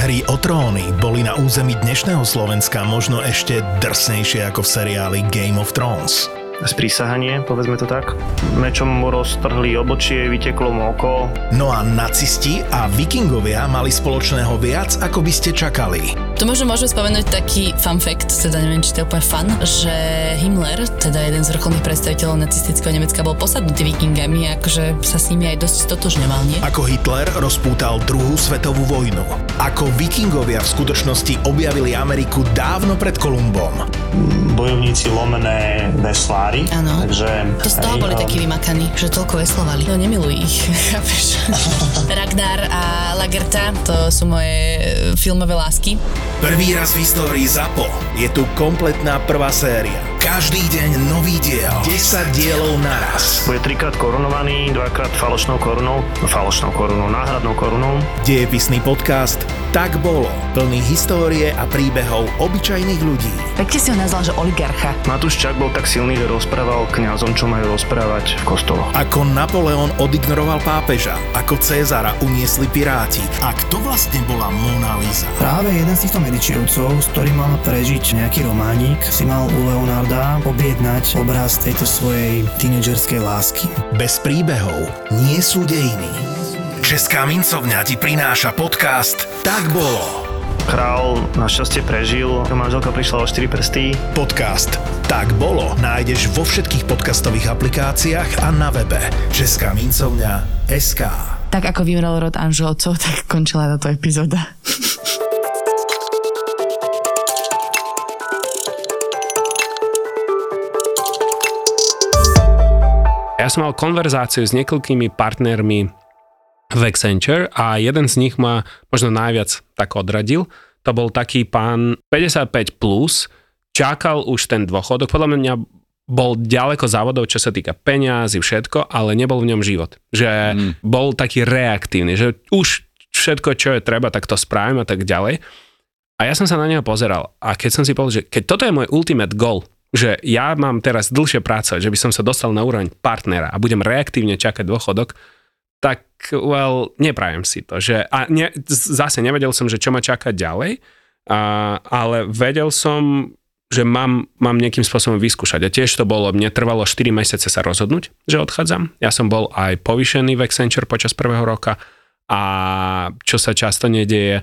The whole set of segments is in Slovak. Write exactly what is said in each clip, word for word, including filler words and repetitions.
Hry o tróny boli na území dnešného Slovenska možno ešte drsnejšie ako v seriáli Game of Thrones. Sprísahanie, povedzme to tak. Mečom mu roztrhli obočie, vyteklo mu oko. No a nacisti a vikingovia mali spoločného viac, ako by ste čakali. Tu možno môžeme spomenúť taký fun fact, teda neviem, či to je úplne fun, že Himmler, teda jeden z vrcholných predstaviteľov nacistického Nemecka, bol posadnutý vikingami a akože sa s nimi aj dosť stotožňoval, nie? Ako Hitler rozpútal druhú svetovú vojnu. Ako vikingovia v skutočnosti objavili Ameriku dávno pred Kolumbom. Bojovníci lomené veslá. Áno, takže to z toho boli um... takí vymakaní, že toľko veslovali. No nemiluj ich, chápeš? Ragnar a Lagertha, to sú moje filmové lásky. Prvý raz v histórii ZAPO je tu kompletná prvá séria. Každý deň nový diel. desať dielov naraz. Bude trikrát korunovaný, dvakrát falošnou korunou, no falošnou korunou, náhradnou korunou. Dejepisný podcast Tak bolo. Plný histórie a príbehov obyčajných ľudí. Pekne si ho nazval, že oligarcha. Matúš Čak bol tak silný, že rozprával kňazom, čo majú rozprávať v kostoloch. Ako Napoleon odignoroval pápeža, ako Cézara uniesli piráti. A kto vlastne bola Mona Lisa? Práve jeden z týchto Medičevcov, s ktorým mal prežiť nejaký románik, si mal u Leonarda objednať obraz tejto svojej tínedžerskej lásky. Bez príbehov nie sú dejiny. Česká mincovňa ti prináša podcast Tak bolo. Král našťastie prežil, manželka prišla o štyri prsty. Podcast Tak bolo nájdeš vo všetkých podcastových aplikáciách a na webe Česká mincovňa bodka es ká. Tak ako vymrel rod Anželcov, tak končila táto epizóda. Ja som mal konverzáciu s niekoľkými partnermi v Accenture a jeden z nich ma možno najviac tak odradil. To bol taký pán päťdesiatpäť plus, čakal už ten dôchodok, podľa mňa bol ďaleko závodov, čo sa týka peňazí, všetko, ale nebol v ňom život. Že mm. bol taký reaktívny, že už všetko, čo je treba, tak to spravím a tak ďalej. A ja som sa na neho pozeral a keď som si povedal, že keď toto je môj ultimate goal, že ja mám teraz dlhšie pracovať, že by som sa dostal na úroveň partnera a budem reaktívne čakať dôchodok, tak, well, neprajem si to. Že, a ne, zase nevedel som, že čo ma čakať ďalej, a, ale vedel som, že mám, mám nejakým spôsobom vyskúšať. A tiež to bolo, mne trvalo štyri mesiace sa rozhodnúť, že odchádzam. Ja som bol aj povýšený v Accenture počas prvého roka a čo sa často nedieje.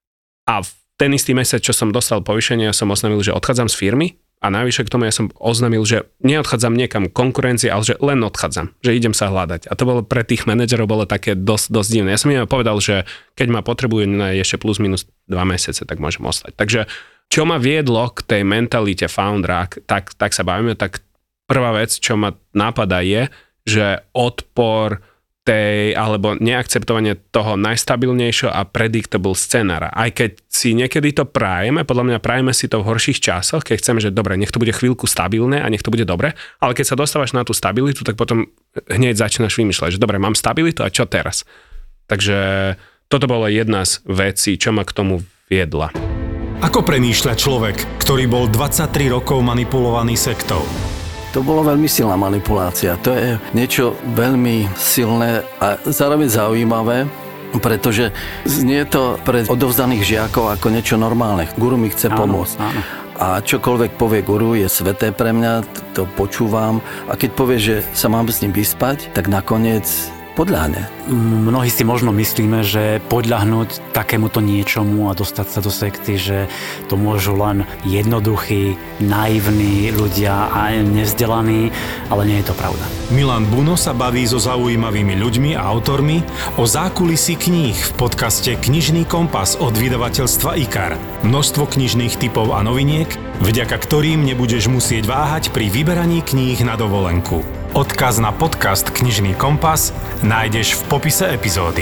A v ten istý mesiac, čo som dostal povýšenie, ja som oznámil, že odchádzam z firmy. A najvyššie k tomu ja som oznámil, že neodchádzam niekam konkurencii, ale že len odchádzam, že idem sa hľadať. A to bolo pre tých manažerov bolo také dosť, dosť divné. Ja som im povedal, že keď ma potrebujú na ešte plus minus dva mesiace, tak môžem ostať. Takže čo ma viedlo k tej mentalite foundera, tak, tak sa bavíme, tak prvá vec, čo ma napadá je, že odpor tej, alebo neakceptovanie toho najstabilnejšieho a predictable scenára. Aj keď si niekedy to prajeme, podľa mňa prajeme si to v horších časoch, keď chceme, že dobre, nech to bude chvíľku stabilné a nech to bude dobre, ale keď sa dostávaš na tú stabilitu, tak potom hneď začínaš vymýšľať, že dobre, mám stabilitu a čo teraz? Takže toto bola jedna z vecí, čo ma k tomu viedla. Ako premýšľa človek, ktorý bol dvadsaťtri rokov manipulovaný sektou? To bolo veľmi silná manipulácia. To je niečo veľmi silné a zároveň zaujímavé, pretože znie to pre odovzdaných žiakov ako niečo normálne. Guru mi chce áno, pomôcť. Áno. A čokoľvek povie guru je sveté pre mňa, to počúvam. A keď povie, že sa mám s ním vyspať, tak nakoniec podľahne. Mnohí si možno myslíme, že podľahnúť takémuto niečomu a dostať sa do sekty, že to môžu len jednoduchí, naivní ľudia a nevzdelaní, ale nie je to pravda. Milan Buno sa baví so zaujímavými ľuďmi a autormi o zákulisí kníh v podcaste Knižný kompas od vydavateľstva IKAR. Množstvo knižných tipov a noviniek, vďaka ktorým nebudeš musieť váhať pri vyberaní kníh na dovolenku. Odkaz na podcast Knižný kompas nájdeš v popise epizódy.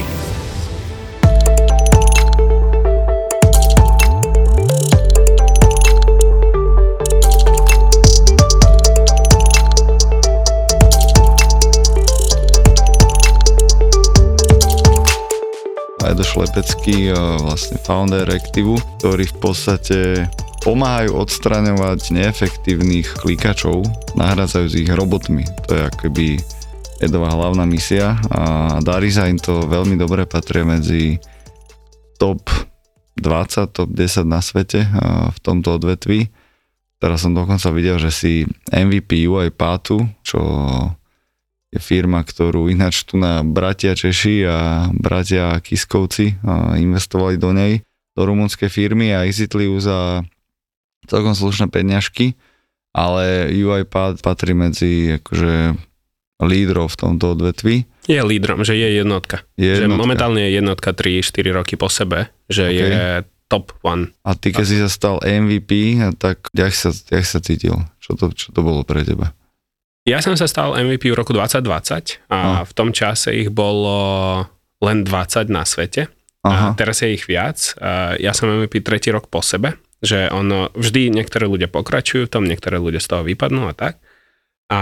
Edo Šlepecký, vlastne founder Activu, ktorý v podstate pomáhajú odstraňovať neefektívnych klikačov, nahrádzajú ich robotmi. To je akoby Edova hlavná misia a darí sa im to veľmi dobre, patria medzi top dvadsať, top desať na svete v tomto odvetví. Teraz som dokonca videl, že si em ví pí UiPathu, čo je firma, ktorú ináč tu na bratia Češi a bratia Kiskovci investovali do nej, do rumunskej firmy a exitli ju za celkom slušné peňažky, ale UiPath patrí medzi akože lídrov v tomto odvetví. Je lídrom, že je jednotka. Je jednotka. Že momentálne je jednotka tri štyri roky po sebe, že okay. je top one. A ty, keď si sa stal em ví pí, tak jak sa, jak sa cítil? Čo to, čo to bolo pre teba? Ja som sa stal em ví pí v roku dvadsať dvadsať a no. v tom čase ich bolo len dvadsať na svete. Aha. A teraz je ich viac. A ja som em ví pí tretí rok po sebe, že ono, vždy niektoré ľudia pokračujú v tom, niektoré ľudia z toho vypadnú a tak. A,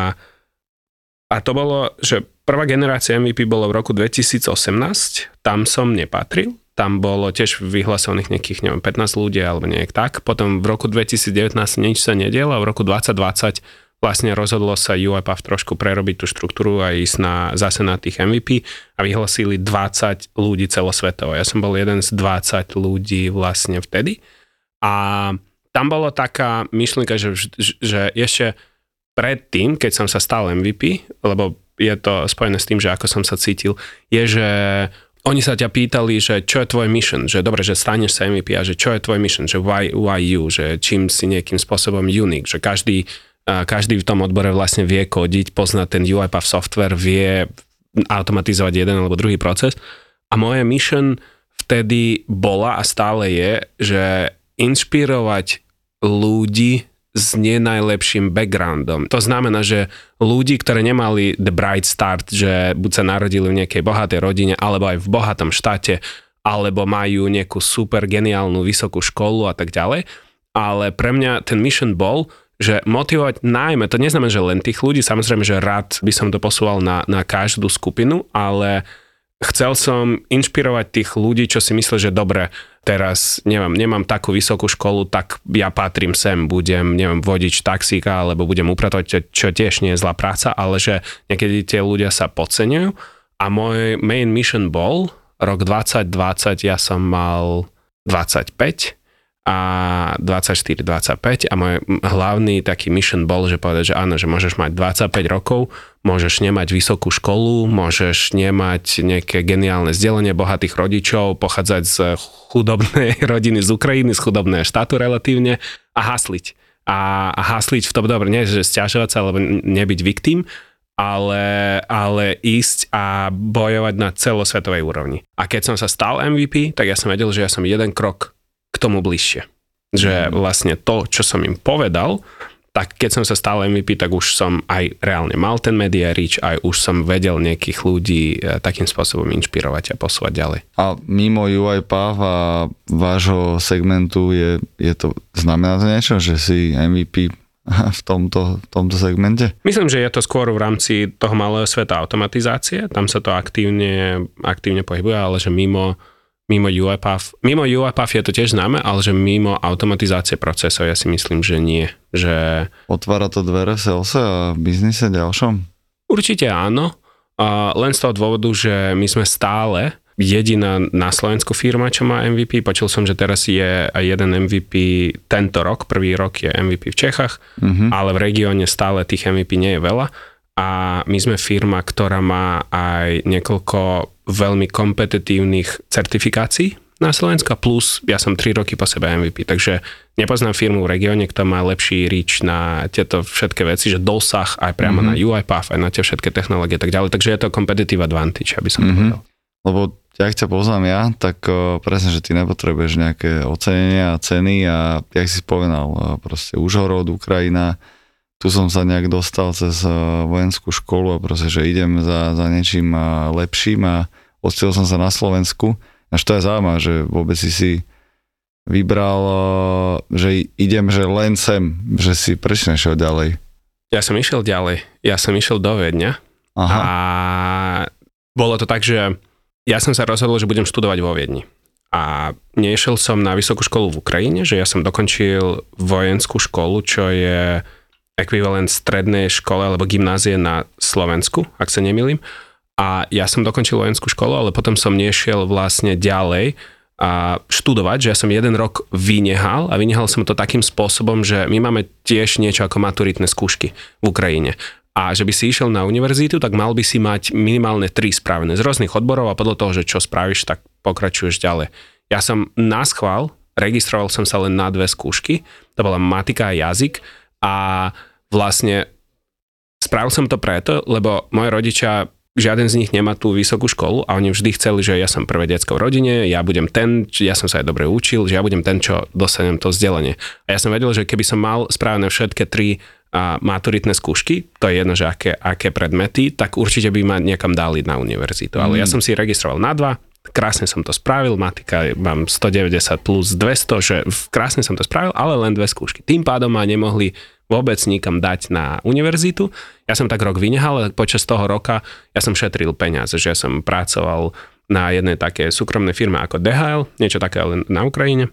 a to bolo, že prvá generácia em ví pí bolo v roku dvetisícosemnásť, tam som nepatril. Tam bolo tiež vyhlasovaných nejakých, neviem, pätnásť ľudí alebo nejak tak. Potom v roku dvetisícdevätnásť nič sa nedielo a v roku dvadsať dvadsať vlastne rozhodlo sa UiPath trošku prerobiť tú štruktúru a ísť na, zase na tých em ví pí a vyhlasili dvadsať ľudí celosvetovo. Ja som bol jeden z dvadsať ľudí vlastne vtedy. A tam bola taká myšlienka, že, že ešte predtým, keď som sa stal em ví pí, lebo je to spojené s tým, že ako som sa cítil, je, že oni sa ťa pýtali, že čo je tvoj mission, že dobre, že staneš sa em ví pí a že čo je tvoj mission, že why, why you, že čím si nejakým spôsobom unique, že každý každý v tom odbore vlastne vie kodiť, pozná ten UiPath software, vie automatizovať jeden alebo druhý proces. A moje mission vtedy bola a stále je, že inšpirovať ľudí s nenajlepším backgroundom. To znamená, že ľudí, ktorí nemali the bright start, že buď sa narodili v nejakej bohatej rodine, alebo aj v bohatom štáte, alebo majú nejakú super geniálnu vysokú školu a tak ďalej. Ale pre mňa ten mission bol, že motivovať najmä, to neznamená, že len tých ľudí, samozrejme, že rád by som to posúval na, na každú skupinu, ale chcel som inšpirovať tých ľudí, čo si myslí, že dobre, teraz neviem, nemám takú vysokú školu, tak ja patrím sem, budem, neviem, vodič taxíka, alebo budem upratovať, čo, čo tiež nie je zlá práca, ale že niekedy tie ľudia sa podceňujú a môj main mission bol, rok dvadsať dvadsať ja som mal dvadsaťpäť a dvadsaťštyri dvadsaťpäť a môj hlavný taký mission bol, že povedať, že áno, že môžeš mať dvadsaťpäť rokov, môžeš nemať vysokú školu, môžeš nemať nejaké geniálne vzdelanie bohatých rodičov, pochádzať z chudobnej rodiny z Ukrajiny, z chudobného štátu relatívne a hasliť. A, a hasliť v tom dobre, nie že sťažovať sa alebo nebyť viktim, ale, ale ísť a bojovať na celosvetovej úrovni. A keď som sa stal em ví pí, tak ja som vedel, že ja som jeden krok k tomu bližšie. Že vlastne to, čo som im povedal, tak keď som sa stal em ví pí, tak už som aj reálne mal ten media reach, aj už som vedel nejakých ľudí takým spôsobom inšpirovať a posúvať ďalej. A mimo UiPath a vášho segmentu je, je to, znamená to niečo, že si em ví pí v tomto, v tomto segmente? Myslím, že je to skôr v rámci toho malého sveta automatizácie, tam sa to aktívne, aktívne pohybuje, ale že mimo Mimo UiPath. Mimo UiPath je to tiež známe, ale že mimo automatizácie procesov ja si myslím, že nie. Že... Otvára to dvere v salese a v biznise ďalšom? Určite áno. A len z toho dôvodu, že my sme stále jediná na Slovensku firma, čo má em ví pí. Počul som, že teraz je aj jeden em ví pí tento rok. Prvý rok je em ví pí v Čechách, mm-hmm. ale v regióne stále tých em ví pí nie je veľa. A my sme firma, ktorá má aj niekoľko veľmi kompetitívnych certifikácií na Slovensku, plus ja som tri roky po sebe em ví pí, takže nepoznám firmu v regióne, kto má lepší reach na tieto všetky veci, že dosah aj priamo mm-hmm. na UiPath, aj na tie všetky technológie a tak ďalej, takže je to competitive advantage, aby som mm-hmm. povedal. Lebo jak ťa poznám ja, tak uh, presne, že ty nepotrebuješ nejaké ocenenia a ceny a jak si spomenal, uh, proste Užhorod, Ukrajina, tu som sa nejak dostal cez vojenskú školu a proste, že idem za, za niečím lepším a odstredil som sa na Slovensku. Až to je zaujímavé, že vôbec si si vybral, že idem, že len sem, že si prečo nešiel ďalej? Ja som išiel ďalej. Ja som išiel do Viedňa. Aha. A bolo to tak, že ja som sa rozhodol, že budem študovať vo Viedni. A nešiel som na vysokú školu v Ukrajine, že ja som dokončil vojenskú školu, čo je ekvivalent strednej škole alebo gymnázie na Slovensku, ak sa nemýlim. A ja som dokončil vojenskú školu, ale potom som nešiel vlastne ďalej a študovať, že ja som jeden rok vynehal a vynehal som to takým spôsobom, že my máme tiež niečo ako maturitné skúšky v Ukrajine. A že by si išiel na univerzitu, tak mal by si mať minimálne tri spravené z rôznych odborov a podľa toho, že čo spravíš, tak pokračuješ ďalej. Ja som naschvál, registroval som sa len na dve skúšky, to bola matika a jazyk a vlastne spravil som to preto, lebo moje rodičia, žiaden z nich nemá tú vysokú školu a oni vždy chceli, že ja som prvé decko v rodine, ja budem ten, ja som sa aj dobre učil, že ja budem ten, čo dostanem to vzdelanie. A ja som vedel, že keby som mal spravené všetky tri a maturitné skúšky, to je jedno, že aké, aké predmety, tak určite by ma niekam dali na univerzitu. Ale mm. ja som si registroval na dva, krásne som to spravil, matika mám stodeväťdesiat plus dvesto, že krásne som to spravil, ale len dve skúšky. Tým pádom ma nemohli vôbec nikam dať na univerzitu. Ja som tak rok vynehal, ale počas toho roka ja som šetril peniaze, že ja som pracoval na jednej také súkromnej firme ako dé há el, niečo také len na Ukrajine.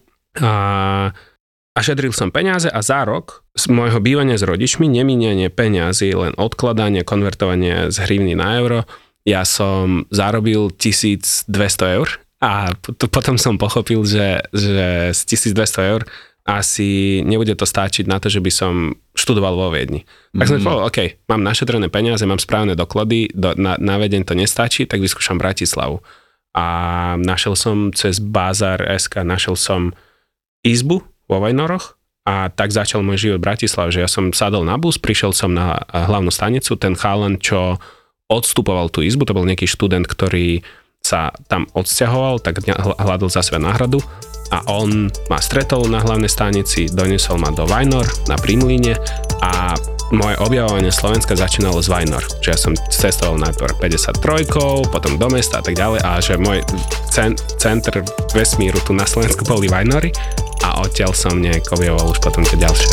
A, a šetril som peniaze a za rok z môjho bývania s rodičmi, nemíňanie peniazy, len odkladanie, konvertovanie z hrivny na euro, ja som zarobil tisícdvesto eur a potom som pochopil, že, že z tisícdvesto eur asi nebude to stačiť na to, že by som študoval vo Viedni. Tak som mm. povedal, OK, mám našetrené peniaze, mám správne doklady, do, na, na Viedeň to nestačí, tak vyskúšam Bratislavu. A našiel som cez Bazar bodka es ká, našiel som izbu vo Vajnoroch a tak začal môj život v Bratislave, že ja som sadol na bus, prišiel som na hlavnú stanicu, ten chalan, čo odstupoval tú izbu, to bol nejaký študent, ktorý sa tam odsťahoval, tak hľadal za seba náhradu a on ma stretol na hlavnej stanici, doniesol ma do Vajnor na Prímline a moje objavovanie Slovenska začínalo z Vajnor. Že ja som cestoval najprv päťdesiattri, potom do mesta a tak ďalej a že môj cen- center vesmíru tu na Slovensku boli Vajnory a odtiaľ som nejak objavoval už potom tie ďalšie.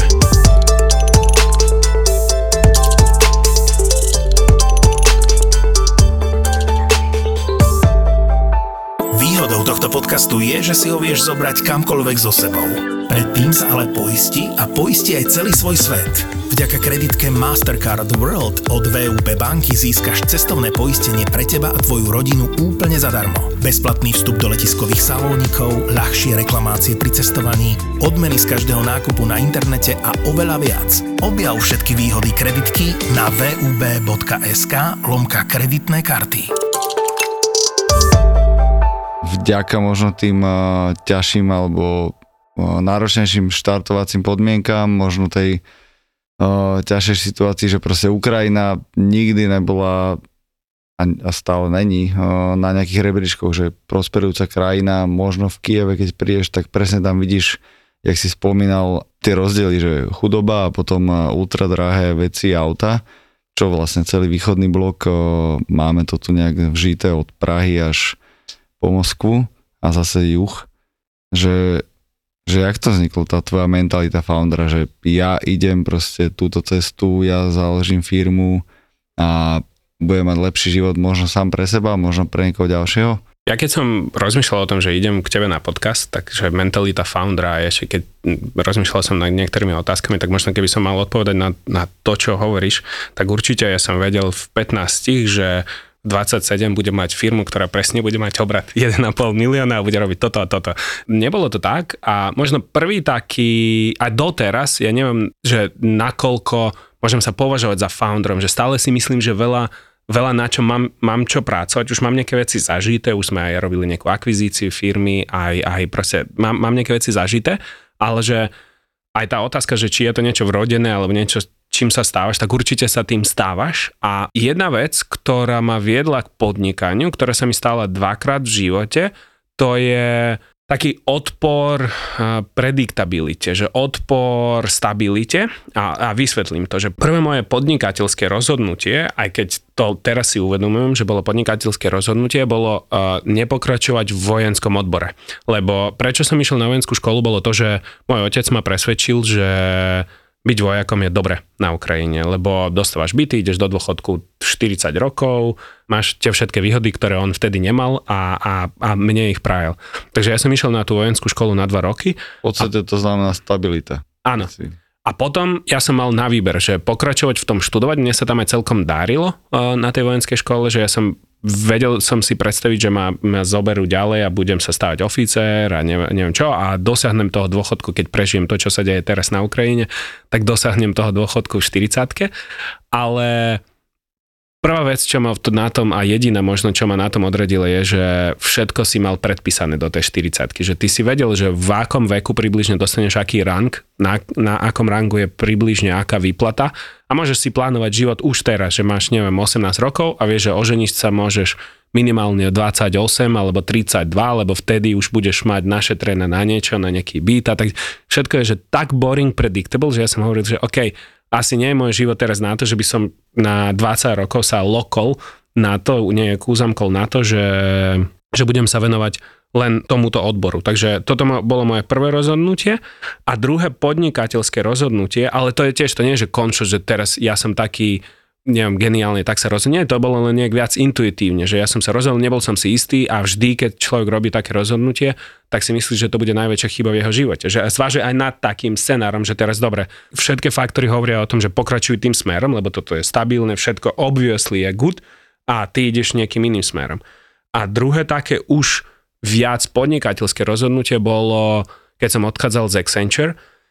Výhodou tohto podcastu je, že si ho vieš zobrať kamkoľvek so sebou. Predtým sa ale poisti a poisti aj celý svoj svet. Vďaka kreditke Mastercard World od vé ú bé banky získaš cestovné poistenie pre teba a tvoju rodinu úplne zadarmo. Bezplatný vstup do letiskových salónikov, ľahšie reklamácie pri cestovaní, odmeny z každého nákupu na internete a oveľa viac. Objav všetky výhody kreditky na vub.sk lomka kreditné karty. Vďaka možno tým uh, ťažším alebo uh, náročnejším štartovacím podmienkám, možno tej uh, ťažšej situácii, že proste Ukrajina nikdy nebola a, a stále není uh, na nejakých rebríčkoch, že prosperujúca krajina, možno v Kieve, keď prídeš, tak presne tam vidíš, jak si spomínal, tie rozdiely, že chudoba a potom uh, ultradrahé veci, auta, čo vlastne celý východný blok, uh, máme to tu nejak vžité od Prahy až po Moskvu a zase juh, že, že jak to vzniklo, tá tvoja mentalita foundera, že ja idem proste túto cestu, ja založím firmu a budem mať lepší život možno sám pre seba, možno pre niekoho ďalšieho? Ja keď som rozmýšľal o tom, že idem k tebe na podcast, takže mentalita foundera, ešte keď rozmýšľal som nad niektorými otázkami, tak možno keby som mal odpovedať na, na to, čo hovoríš, tak určite ja som vedel v pätnástich, že dvadsaťsedem bude mať firmu, ktorá presne bude mať obrat jeden a pol milióna a bude robiť toto a toto. Nebolo to tak a možno prvý taký, a doteraz, ja neviem, že nakoľko môžem sa považovať za founderom, že stále si myslím, že veľa, veľa na čo mám, mám čo pracovať, už mám nejaké veci zažité, už sme aj robili nejakú akvizíciu firmy, aj, aj proste mám, mám nejaké veci zažité, ale že aj tá otázka, že či je to niečo vrodené alebo niečo, čím sa stávaš, tak určite sa tým stávaš. A jedna vec, ktorá ma viedla k podnikaniu, ktorá sa mi stala dvakrát v živote, to je taký odpor prediktabilite, že odpor stabilite a, a vysvetlím to, že prvé moje podnikateľské rozhodnutie, aj keď to teraz si uvedomujem, že bolo podnikateľské rozhodnutie, bolo uh, nepokračovať v vojenskom odbore. Lebo prečo som išiel na vojenskú školu, bolo to, že môj otec ma presvedčil, že byť vojakom je dobre na Ukrajine, lebo dostávaš byty, ideš do dôchodku štyridsať rokov, máš tie všetky výhody, ktoré on vtedy nemal a, a, a mne ich prajal. Takže ja som išiel na tú vojenskú školu na dva roky. V podstate to znamená stabilita. Áno. A potom ja som mal na výber, že pokračovať v tom študovať, mne sa tam aj celkom dárilo uh, na tej vojenskej škole, že ja som vedel som si predstaviť, že ma, ma zoberú ďalej a budem sa stávať oficér a neviem, neviem čo a dosiahnem toho dôchodku, keď prežijem to, čo sa deje teraz na Ukrajine, tak dosiahnem toho dôchodku v štyridsiatke. Ale prvá vec, čo ma na tom a jediná možno, čo ma na tom odradilo je, že všetko si mal predpísané do tej štyridsiatky. Že ty si vedel, že v akom veku približne dostaneš aký rang, na, na akom rangu je približne aká výplata a môžeš si plánovať život už teraz, že máš, neviem, osemnásť rokov a vieš, že oženiť sa môžeš minimálne dvadsaťosem alebo tridsaťdva, lebo vtedy už budeš mať našetrené na niečo, na nejaký byt a tak. Všetko je, že tak boring predictable, že ja som hovoril, že OK, asi nie je môj život teraz na to, že by som na dvadsať rokov sa lokol na to, nejakú zamkol na to, že, že budem sa venovať len tomuto odboru. Takže toto bolo moje prvé rozhodnutie a druhé podnikateľské rozhodnutie, ale to je tiež, to nie je, že končo, že teraz ja som taký, neviem, geniálne, tak sa rozhodne. To bolo len nejak viac intuitívne, že ja som sa rozhodol, nebol som si istý a vždy, keď človek robí také rozhodnutie, tak si myslí, že to bude najväčšia chyba v jeho živote. Že zváži aj nad takým scenárom, že teraz dobre, všetky faktory hovoria o tom, že pokračujú tým smerom, lebo toto je stabilné, všetko obviously je good a ty ideš nejakým iným smerom. A druhé také už viac podnikateľské rozhodnutie bolo, keď som odchádzal z Accenture.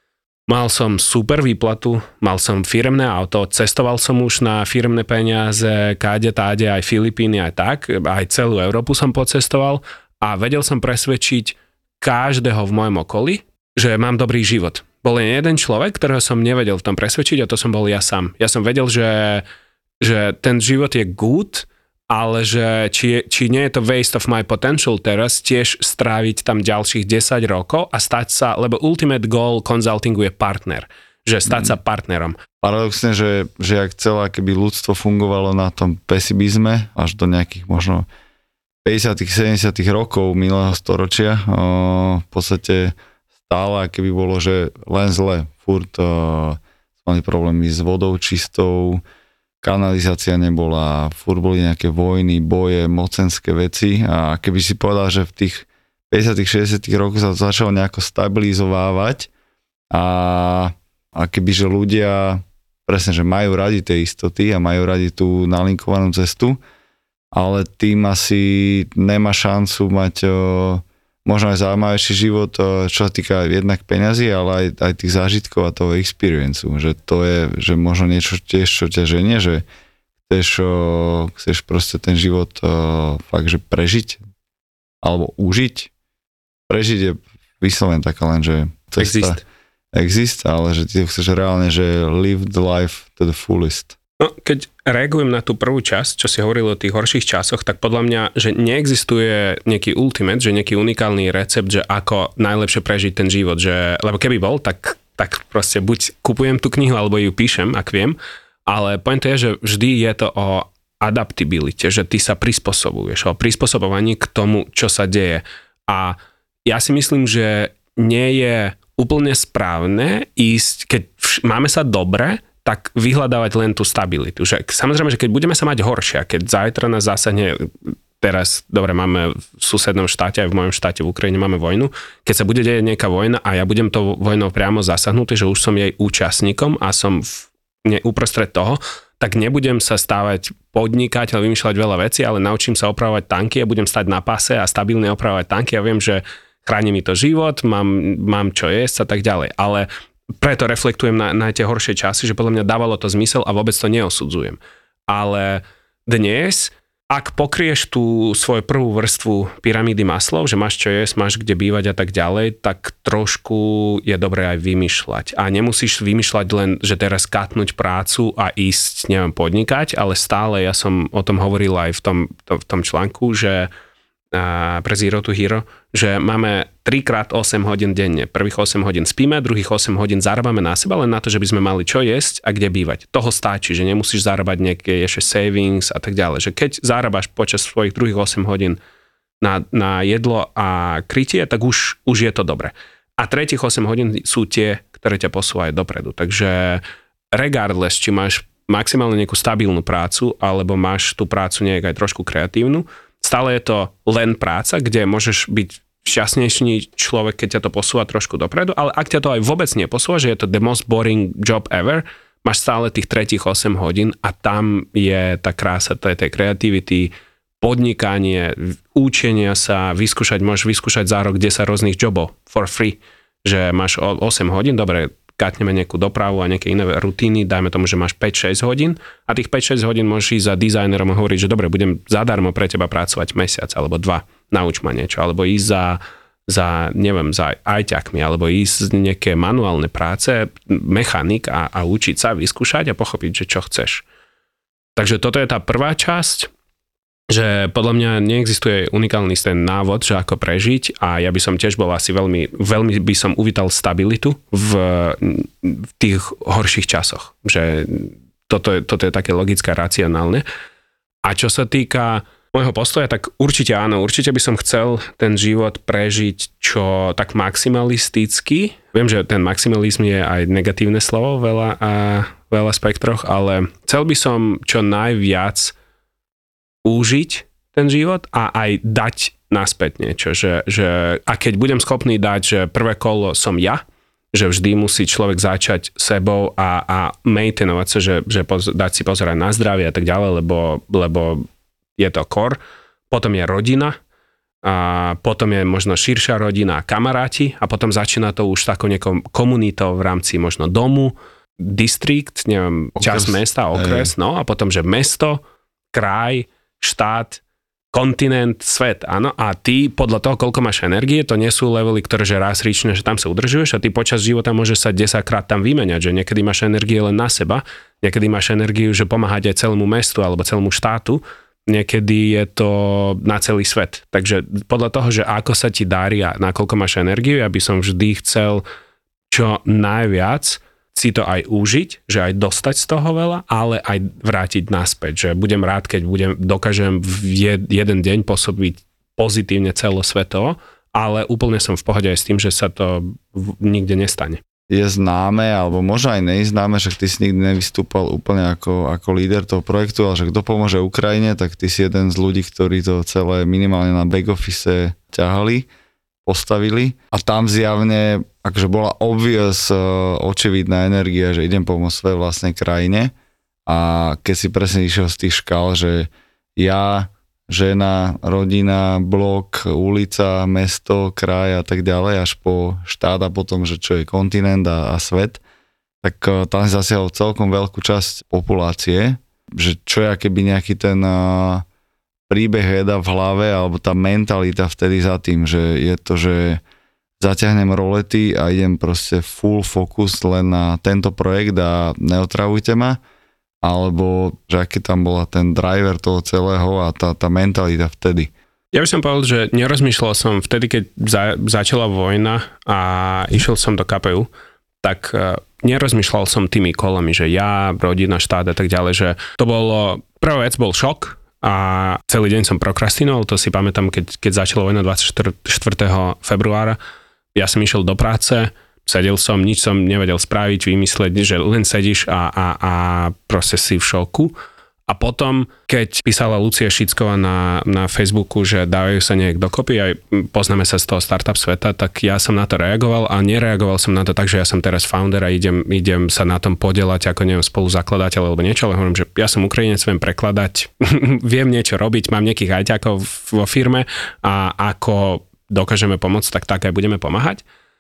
Mal som super výplatu, mal som firemné auto, cestoval som už na firemné peniaze, káde, táde, aj Filipíny, aj tak, aj celú Európu som pocestoval a vedel som presvedčiť každého v mojom okolí, že mám dobrý život. Bol len jeden človek, ktorého som nevedel v tom presvedčiť a to som bol ja sám. Ja som vedel, že, že ten život je good, ale že či, či nie je to waste of my potential teraz tiež stráviť tam ďalších desať rokov a stať sa, lebo ultimate goal consultingu je partner, že stať mm. sa partnerom. Paradoxne, že, že ak celé keby ľudstvo fungovalo na tom pesimizme až do nejakých možno päťdesiatych sedemdesiatych rokov minulého storočia, o, v podstate stále keby bolo, že len zle, furt o, mali problémy s vodou čistou, kanalizácia nebola, furt boli nejaké vojny, boje, mocenské veci a keby si povedal, že v tých päťdesiatych šesťdesiatych rokoch sa to začalo nejako stabilizovávať a, a keby, že ľudia presne, že majú radi tie istoty a majú radi tú nalinkovanú cestu, ale tým asi nemá šancu mať o, možno aj zaujímavejší život, o, čo sa týka jednak peňazí, ale aj, aj tých zážitkov a toho experiencu, že to je, že možno niečo tiež, čo ťa ženie, že chceš, o, chceš proste ten život o, fakt, že prežiť alebo užiť. Prežiť je vyslovene taká len, že cesta exist, ale že ty chceš reálne, že live the life to the fullest. No, keď reagujem na tú prvú časť, čo si hovoril o tých horších časoch, tak podľa mňa, že neexistuje nejaký ultimate, že nejaký unikálny recept, že ako najlepšie prežiť ten život, že, lebo keby bol, tak, tak proste buď kupujem tú knihu, alebo ju píšem, ak viem, ale pointa je, že vždy je to o adaptabilite, že ty sa prispôsobuješ, o prispôsobovaní k tomu, čo sa deje. A ja si myslím, že nie je úplne správne ísť, keď vš- máme sa dobre, tak vyhľadávať len tú stabilitu. Že, samozrejme, že keď budeme sa mať horšie, keď zajtra nás zasahne, teraz, dobre, máme v susednom štáte, aj v mojom štáte v Ukrajine máme vojnu, keď sa bude deť nejaká vojna a ja budem to vojnou priamo zasahnutý, že už som jej účastníkom a som v, ne, uprostred toho, tak nebudem sa stávať podnikať, ale vymýšľať veľa vecí, ale naučím sa opravovať tanky a budem stať na pase a stabilne opravovať tanky a viem, že chráni mi to život, mám, mám čo jesť a tak ďalej. Ale preto reflektujem na, na tie horšie časy, že podľa mňa dávalo to zmysel a vôbec to neosudzujem. Ale dnes, ak pokrieš tú svoju prvú vrstvu pyramídy Maslov, že máš čo jesť, máš kde bývať a tak ďalej, tak trošku je dobré aj vymýšľať. A nemusíš vymýšľať len, že teraz katnúť prácu a ísť, neviem, podnikať, ale stále, ja som o tom hovoril aj v tom, to, v tom článku, že pre Zero to Hero, že máme tri krát osem hodín denne. Prvých osem hodín spíme, druhých osem hodín zarábame na seba, len na to, že by sme mali čo jesť a kde bývať. Toho stačí, že nemusíš zarábať nejaké ešte savings a tak ďalej. Že keď zarábaš počas svojich druhých osem hodín na, na jedlo a krytie, tak už, už je to dobre. A tretích osem hodín sú tie, ktoré ťa posúvajú dopredu. Takže regardless, či máš maximálne nejakú stabilnú prácu, alebo máš tú prácu nejak aj trošku kreatívnu, stále je to len práca, kde môžeš byť šťastnejší človek, keď ťa to posúva trošku dopredu, ale ak ťa to aj vôbec neposúva, že je to the most boring job ever, máš stále tých tretích osem hodín a tam je tá krása, to je tej kreativity, podnikanie, učenia sa, vyskúšať, môžeš vyskúšať za rok desať rôznych jobov for free, že máš osem hodín, dobre, katneme nejakú dopravu a nejaké iné rutíny, dajme tomu, že máš päť šesť hodín a tých päť šesť hodín môžeš ísť za dizajnerom a hovoriť, že dobre, budem zadarmo pre teba pracovať mesiac alebo dva, nauč ma niečo, alebo ísť za, za neviem, za ajťakmi, alebo ísť nejaké manuálne práce, mechanik a, a učiť sa, vyskúšať a pochopiť, že čo chceš. Takže toto je tá prvá časť, že podľa mňa neexistuje unikálny ten návod, že ako prežiť a ja by som tiež bol asi veľmi, veľmi by som uvítal stabilitu v, v tých horších časoch, že toto je, toto je také logické, racionálne. A čo sa týka môjho postoja, tak určite áno, určite by som chcel ten život prežiť čo tak maximalisticky. Viem, že ten maximalizm je aj negatívne slovo veľa a veľa spektroch, ale chcel by som čo najviac užiť ten život a aj dať naspäť niečo. Že, že, a keď budem schopný dať, že prvé kolo som ja, že vždy musí človek začať sebou a, a maintainovať sa, že, že poz, dať si pozerať na zdravie a tak ďalej, lebo, lebo je to core. Potom je rodina a potom je možno širšia rodina a kamaráti a potom začína to už takou nejakou komunitou v rámci možno domu, distrikt, neviem, časť mesta, okres, no a potom, že mesto, kraj, štát, kontinent, svet, áno, a ty podľa toho, koľko máš energie, to nie sú levely, ktoré že raz rične, že tam sa udržuješ a ty počas života môžeš sa desaťkrát tam vymeniať, že niekedy máš energie len na seba, niekedy máš energiu, že pomáhať aj celému mestu alebo celému štátu, niekedy je to na celý svet. Takže podľa toho, že ako sa ti darí a nakoľko máš energiu, ja by som vždy chcel čo najviac si to aj užiť, že aj dostať z toho veľa, ale aj vrátiť naspäť, že budem rád, keď budem, dokážem v jed, jeden deň pôsobiť pozitívne celosvetovo, ale úplne som v pohode aj s tým, že sa to v, nikde nestane. Je známe, alebo možno aj neznáme, že ty si nikdy nevystúpal úplne ako, ako líder toho projektu, ale že kto pomôže Ukrajine, tak ty si jeden z ľudí, ktorí to celé minimálne na back office ťahali, postavili a tam zjavne akože bola obvious, očividná energia, že idem pomôcť svojej vlastnej krajine a keď si presne išiel z tých škál, že ja, žena, rodina, blok, ulica, mesto, kraj a tak ďalej, až po štát a potom, že čo je kontinent a, a svet, tak tam zasiahol celkom veľkú časť populácie, že čo je keby nejaký ten uh, príbeh Eda v hlave alebo tá mentalita vtedy za tým, že je to, že zaťahnem rolety a idem proste full focus len na tento projekt a neotravujte ma, alebo že aký tam bola ten driver toho celého a tá, tá mentalita vtedy. Ja by som povedal, že nerozmýšľal som vtedy, keď za, začala vojna a išiel som do ká pé ú, tak uh, nerozmýšľal som tými kolami, že ja, rodina, štát a tak ďalej, že to bolo, prvá vec bol šok a celý deň som prokrastinoval, to si pamätám, keď, keď začala vojna dvadsiateho štvrtého februára, ja som išiel do práce, sedel som, nič som nevedel spraviť, vymysleť, že len sedíš a, a, a proste si v šoku. A potom, keď písala Lucia Šicková na, na Facebooku, že dávajú sa nejak dokopy, aj poznáme sa z toho startup sveta, tak ja som na to reagoval a nereagoval som na to tak, že ja som teraz founder a idem, idem sa na tom podielať ako neviem spoluzakladateľ alebo niečo, ale hovorím, že ja som Ukrajinec, viem prekladať, viem niečo robiť, mám nejakých ajťákov vo firme a ako dokážeme pomôcť, tak tak aj budeme pomáhať.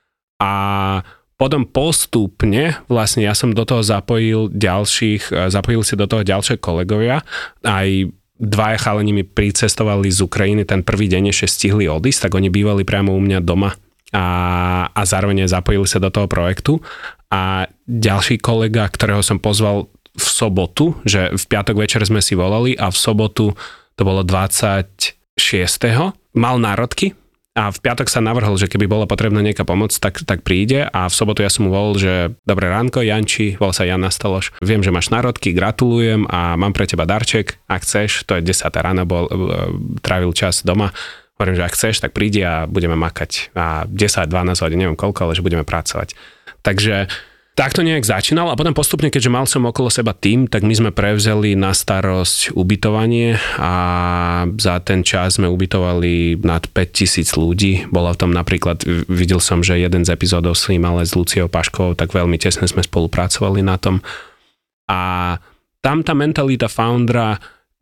A potom postupne, vlastne ja som do toho zapojil ďalších, zapojil si do toho ďalšie kolegovia, aj dvaja chalani mi pricestovali z Ukrajiny, ten prvý deň ešte stihli odísť, tak oni bývali priamo u mňa doma a, a zároveň zapojili sa do toho projektu. A ďalší kolega, ktorého som pozval v sobotu, že v piatok večer sme si volali a v sobotu to bolo dvadsiateho šiesteho mal národky, a v piatok sa navrhol, že keby bola potrebná nejaká pomoc, tak, tak príde a v sobotu ja som mu volal, že dobré ránko, Janči, volal sa Jan Nastaloš, viem, že máš národky, gratulujem a mám pre teba darček, ak chceš, to je desátá rána, bol, trávil čas doma, hovorím, že ak chceš, tak príde a budeme makať a desať, dvanásť hodín, neviem koľko, ale že budeme pracovať. Takže takto nejak začínal a potom postupne, keďže mal som okolo seba tým, tak my sme prevzali na starosť ubytovanie a za ten čas sme ubytovali nad päťtisíc ľudí. Bola v tom napríklad, videl som, že jeden z epizódov snímal s Luciou Paškovou, tak veľmi tesne sme spolupracovali na tom. A tam tá mentalita foundera,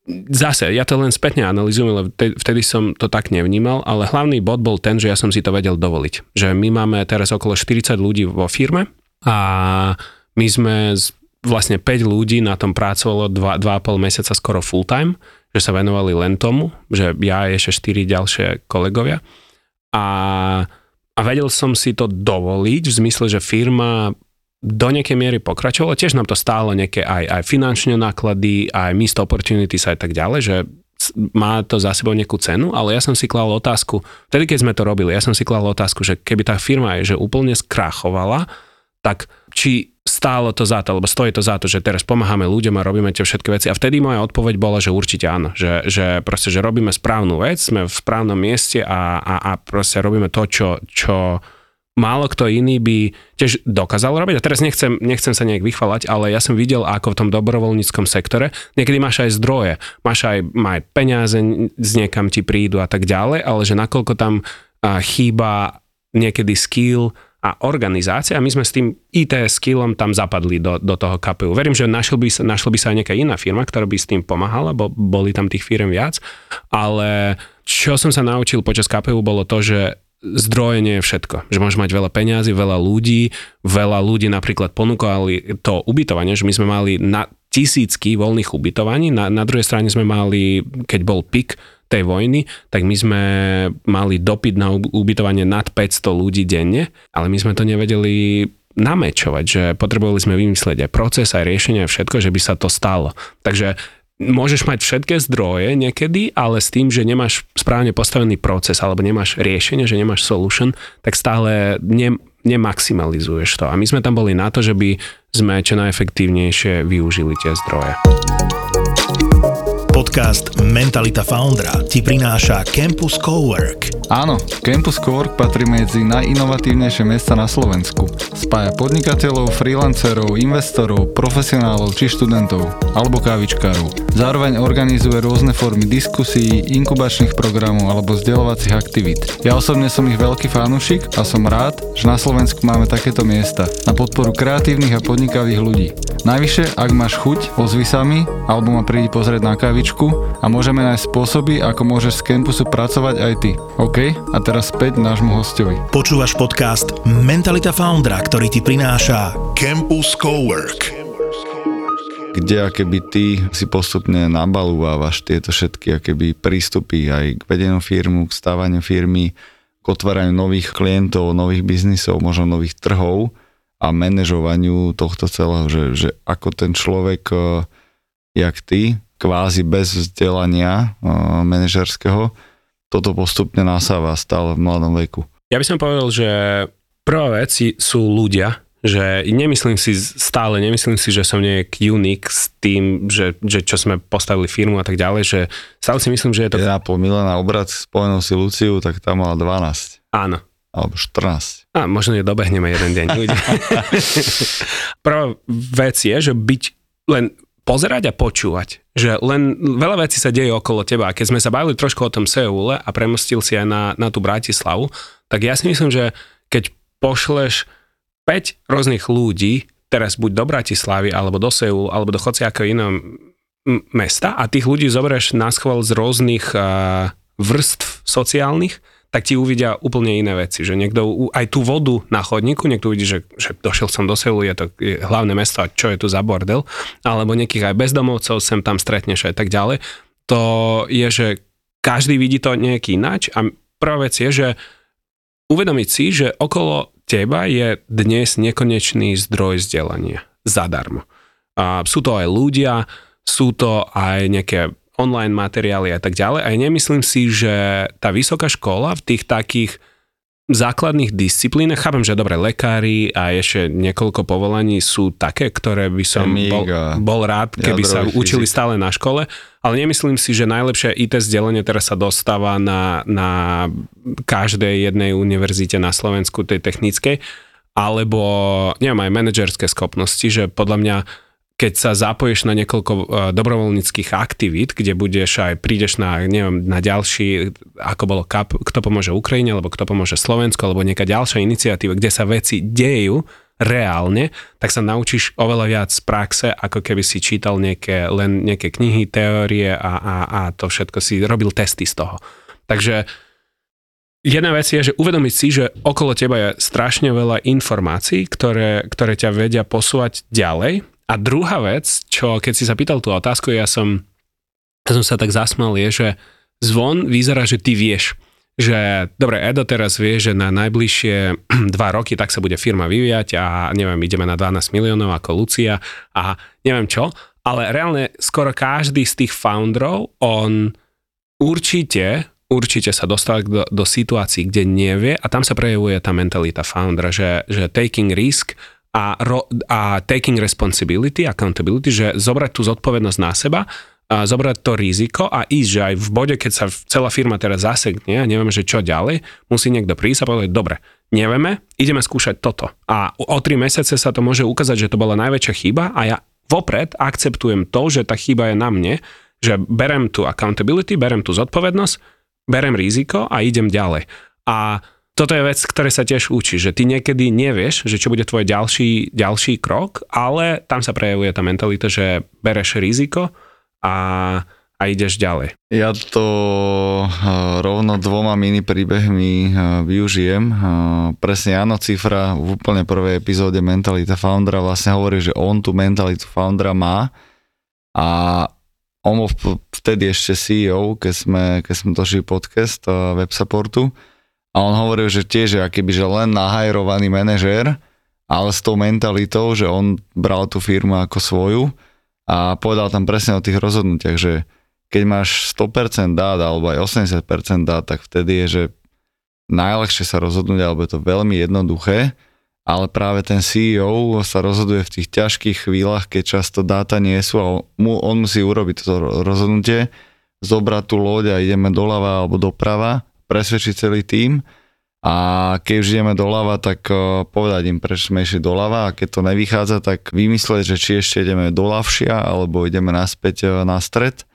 zase, ja to len spätne analyzujem, lebo vtedy som to tak nevnímal, ale hlavný bod bol ten, že ja som si to vedel dovoliť. Že my máme teraz okolo štyridsať ľudí vo firme a my sme vlastne päť ľudí na tom pracovalo dva a pol mesiaca skoro full time, že sa venovali len tomu, že ja a ešte štyri ďalšie kolegovia. A, a vedel som si to dovoliť v zmysle, že firma do nejakej miery pokračovala. Tiež nám to stálo nejaké aj, aj finančné náklady, aj missed opportunities a tak ďalej, že má to za sebou nejakú cenu, ale ja som si klal otázku, vtedy keď sme to robili, ja som si klal otázku, že keby tá firma je, že úplne skrachovala, tak či stálo to za to, lebo stojí to za to, že teraz pomáhame ľuďom a robíme tie všetky veci. A vtedy moja odpoveď bola, že určite áno, že, že proste, že robíme správnu vec, sme v správnom mieste a, a, a proste robíme to, čo, čo málo kto iný by tiež dokázal robiť. A teraz nechcem, nechcem sa nejak vychvalať, ale ja som videl, ako v tom dobrovoľníckom sektore, niekedy máš aj zdroje, máš aj, aj peniaze, z niekam ti prídu a tak ďalej, ale že nakoľko tam chýba niekedy skill a organizácia, a my sme s tým í té skillom tam zapadli do, do toho ká pé ú. Verím, že našlo by, sa, našlo by sa aj nejaká iná firma, ktorá by s tým pomáhala, bo boli tam tých firm viac, ale čo som sa naučil počas ká pé ú bolo to, že zdroje nie je všetko. Že môžeš mať veľa peňazí, veľa ľudí, veľa ľudí napríklad ponúkali to ubytovanie, že my sme mali na tisícky voľných ubytovaní, na, na druhej strane sme mali, keď bol pik tej vojny, tak my sme mali dopyt na ubytovanie nad päťsto ľudí denne, ale my sme to nevedeli namečovať, že potrebovali sme vymyslieť aj proces, aj riešenie, aj všetko, že by sa to stalo. Takže môžeš mať všetké zdroje niekedy, ale s tým, že nemáš správne postavený proces alebo nemáš riešenie, že nemáš solution, tak stále ne, nemaximalizuješ to. A my sme tam boli na to, že by sme čo najefektívnejšie využili tie zdroje. Podcast Mentalita Foundera ti prináša Campus Cowork. Áno, Campus Cowork patrí medzi najinovatívnejšie miesta na Slovensku. Spája podnikateľov, freelancerov, investorov, profesionálov či študentov, alebo kávičkárov. Zároveň organizuje rôzne formy diskusí, inkubačných programov alebo vzdelávacích aktivít. Ja osobne som ich veľký fanúšik a som rád, že na Slovensku máme takéto miesta na podporu kreatívnych a podnikavých ľudí. Najvyššie, ak máš chuť, ozvi sa mi, alebo ma prídi pozrieť na kávičku a môžeme nájsť spôsoby, ako môžeš z campusu pracovať aj ty. OK? A teraz späť nášmu hostovi. Počúvaš podcast Mentalita Foundera, ktorý ti prináša Campus Cowork. Kde akéby ty si postupne nabalúvávaš tieto všetky akéby prístupy aj k vedeniu firmu, k stávaniu firmy, k otváraniu nových klientov, nových biznisov, možno nových trhov a manažovaniu tohto celého, že, že ako ten človek, jak ty, kvázi bez vzdelania manažerského, toto postupne nasáva stále v mladom veku. Ja by som povedal, že prvá vec sú ľudia, že nemyslím si stále, nemyslím si, že som nejak unik s tým, že, že čo sme postavili firmu a tak ďalej, že stále si myslím, že je to... jeden a pol milióna obrat, spomenul si Luciu, tak tam mala dvanásť. Áno. Alebo štrnásť. A možno je dobehneme jeden deň. Prvá vec je, že byť len pozerať a počúvať. Že len veľa vecí sa deje okolo teba. A keď sme sa bavili trošku o tom Seule a premostil si aj na, na tú Bratislavu, tak ja si myslím, že keď pošleš päť rôznych ľudí, teraz buď do Bratislavy, alebo do Seulu, alebo do hociakého iného mesta a tých ľudí zoberieš na schvál z rôznych uh, vrstv sociálnych, tak ti uvidia úplne iné veci, že niekto aj tú vodu na chodníku, niekto uvidí, že, že došiel som do Seulu, je to hlavné mesto a čo je tu za bordel, alebo nejakých aj bezdomovcov sem tam stretneš a tak ďalej. To je, že každý vidí to nejaký ináč a prvá vec je, že uvedomiť si, že okolo teba je dnes nekonečný zdroj vzdelania zadarmo. A sú to aj ľudia, sú to aj nejaké online materiály a tak ďalej. A ja nemyslím si, že tá vysoká škola v tých takých základných disciplínach, chápem, že dobre, lekári a ešte niekoľko povolaní sú také, ktoré by som bol, bol rád, keby sa učili fyzik. Stále na škole, ale nemyslím si, že najlepšie í té vzdelanie teraz sa dostáva na, na každej jednej univerzite na Slovensku, tej technickej, alebo neviem, aj manažerské schopnosti, že podľa mňa keď sa zapojíš na niekoľko dobrovoľníckých aktivít, kde budeš aj, prídeš na, neviem, na ďalší, ako bolo ká pé, kto pomôže Ukrajine, alebo kto pomôže Slovensku, alebo nejaká ďalšia iniciatíva, kde sa veci dejú reálne, tak sa naučíš oveľa viac z praxe, ako keby si čítal nejaké, len nejaké knihy, teórie a, a, a to všetko si robil testy z toho. Takže jedna vec je, že uvedomiť si, že okolo teba je strašne veľa informácií, ktoré, ktoré ťa vedia posúvať ďalej. A druhá vec, čo keď si sa pýtal tú otázku, ja som, ja som sa tak zasmal, je, že zvon vyzerá, že ty vieš, že dobre, Edo teraz vie, že na najbližšie dva roky tak sa bude firma vyvíjať a neviem, ideme na dvanásť miliónov ako Lucia a neviem čo, ale reálne skoro každý z tých founderov, on určite, určite sa dostal do, do situácií, kde nevie a tam sa prejavuje tá mentalita foundera, že, že taking risk a, ro, a taking responsibility, accountability, že zobrať tú zodpovednosť na seba, a zobrať to riziko a ísť, že aj v bode, keď sa celá firma teraz zasekne a nevieme, že čo ďalej, musí niekto prísť a povedať, dobre, nevieme, ideme skúšať toto. A o tri mesiace sa to môže ukázať, že to bola najväčšia chyba a ja vopred akceptujem to, že tá chyba je na mne, že berem tú accountability, berem tú zodpovednosť, berem riziko a idem ďalej. A toto je vec, ktoré sa tiež učí, že ty niekedy nevieš, že čo bude tvoj ďalší, ďalší krok, ale tam sa prejavuje tá mentalita, že bereš riziko a, a ideš ďalej. Ja to rovno dvoma mini príbehmi využijem. Presne Jano Cifra v úplne prvej epizóde Mentalita Foundera vlastne hovorí, že on tú mentalitu foundera má a on bol vtedy ešte sí í ó, keď sme, keď sme točili podcast WebSupportu a on hovoril, že tiež je akýby, že len nahajrovaný manažér, ale s tou mentalitou, že on bral tú firmu ako svoju a povedal tam presne o tých rozhodnutiach, že keď máš sto percent dát alebo aj osemdesiat percent dát, tak vtedy je, že najľahšie sa rozhodnúť, alebo je to veľmi jednoduché, ale práve ten sí í ó sa rozhoduje v tých ťažkých chvíľach, keď často dáta nie sú a mu, on musí urobiť to rozhodnutie, zobrať tú loď a ideme doľava alebo doprava, presvedčiť celý tím a keď už ideme doľava, tak povedať im, prečo sme išli doľava a keď to nevychádza, tak vymyslieť, že či ešte ideme doľavšia alebo ideme naspäť na stred.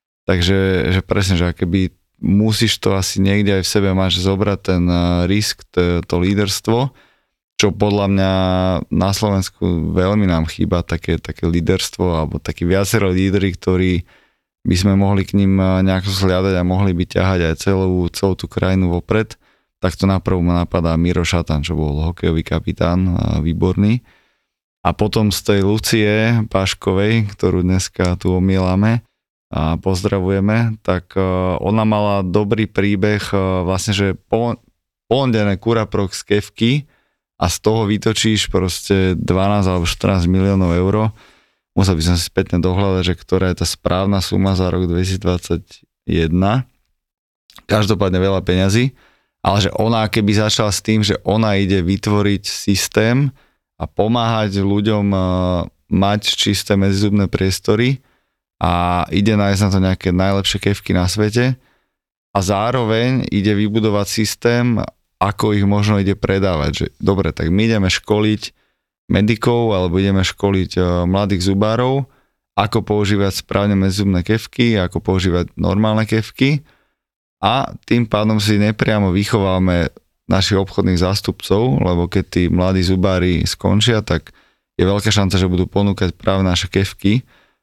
Takže že presne, že akoby musíš to asi niekde aj v sebe máš zobrať ten risk, to, to líderstvo, čo podľa mňa na Slovensku veľmi nám chýba také, také líderstvo alebo takí viacero líderi, ktorí by sme mohli k ním nejako zhľadať a mohli by ťahať aj celú, celú tú krajinu vopred. Tak to naprv ma napadá Miro Šatan, čo bol hokejový kapitán, výborný. A potom z tej Lucie Paškovej, ktorú dneska tu omielame a pozdravujeme, tak ona mala dobrý príbeh, vlastne, že polondené kuraprok z kefky a z toho vytočíš proste dvanásť alebo štrnásť miliónov eur. Musel by som si spätne dohľadať, že ktorá je tá správna suma za rok dvetisícdvadsaťjeden. Každopádne veľa peňazí. Ale že ona keby začala s tým, že ona ide vytvoriť systém a pomáhať ľuďom mať čisté medzizubné priestory a ide nájsť na to nejaké najlepšie kefky na svete a zároveň ide vybudovať systém, ako ich možno ide predávať. Že, dobre, tak my ideme školiť medikov alebo ideme školiť mladých zubárov, ako používať správne medzizubné kefky, ako používať normálne kefky. A tým pádom si nepriamo vychováme našich obchodných zástupcov, lebo keď tí mladí zubári skončia, tak je veľká šanca, že budú ponúkať práve naše kefky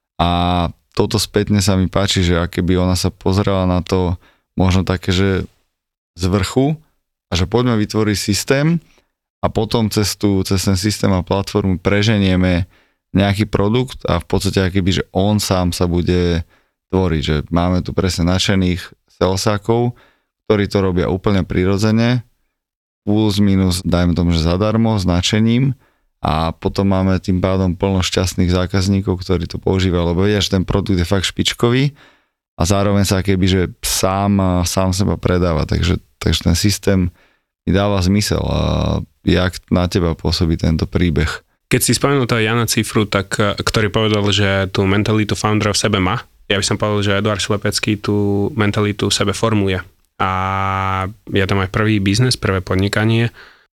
a toto spätne sa mi páči, že aké by ona sa pozerala na to možno také, že z vrchu a že poďme vytvoriť systém a potom cez, tú, cez ten systém a platformu preženieme nejaký produkt a v podstate akoby, že on sám sa bude tvoriť, že máme tu presne nadšených salesákov, ktorí to robia úplne prirodzene, plus minus, dajme tomu, že zadarmo, značením a potom máme tým pádom plno šťastných zákazníkov, ktorí to používajú, lebo vedia, že ten produkt je fakt špičkový a zároveň sa keby, že sám, sám seba predáva, takže, takže ten systém mi dáva zmysel a jak na teba pôsobí tento príbeh. Keď si spomenul toho Jana Cifru, tak, ktorý povedal, že tú mentalitu foundera v sebe má, ja by som povedal, že Eduard Šlepecký tú mentalitu v sebe formuje. A je to môj prvý biznes, prvé podnikanie,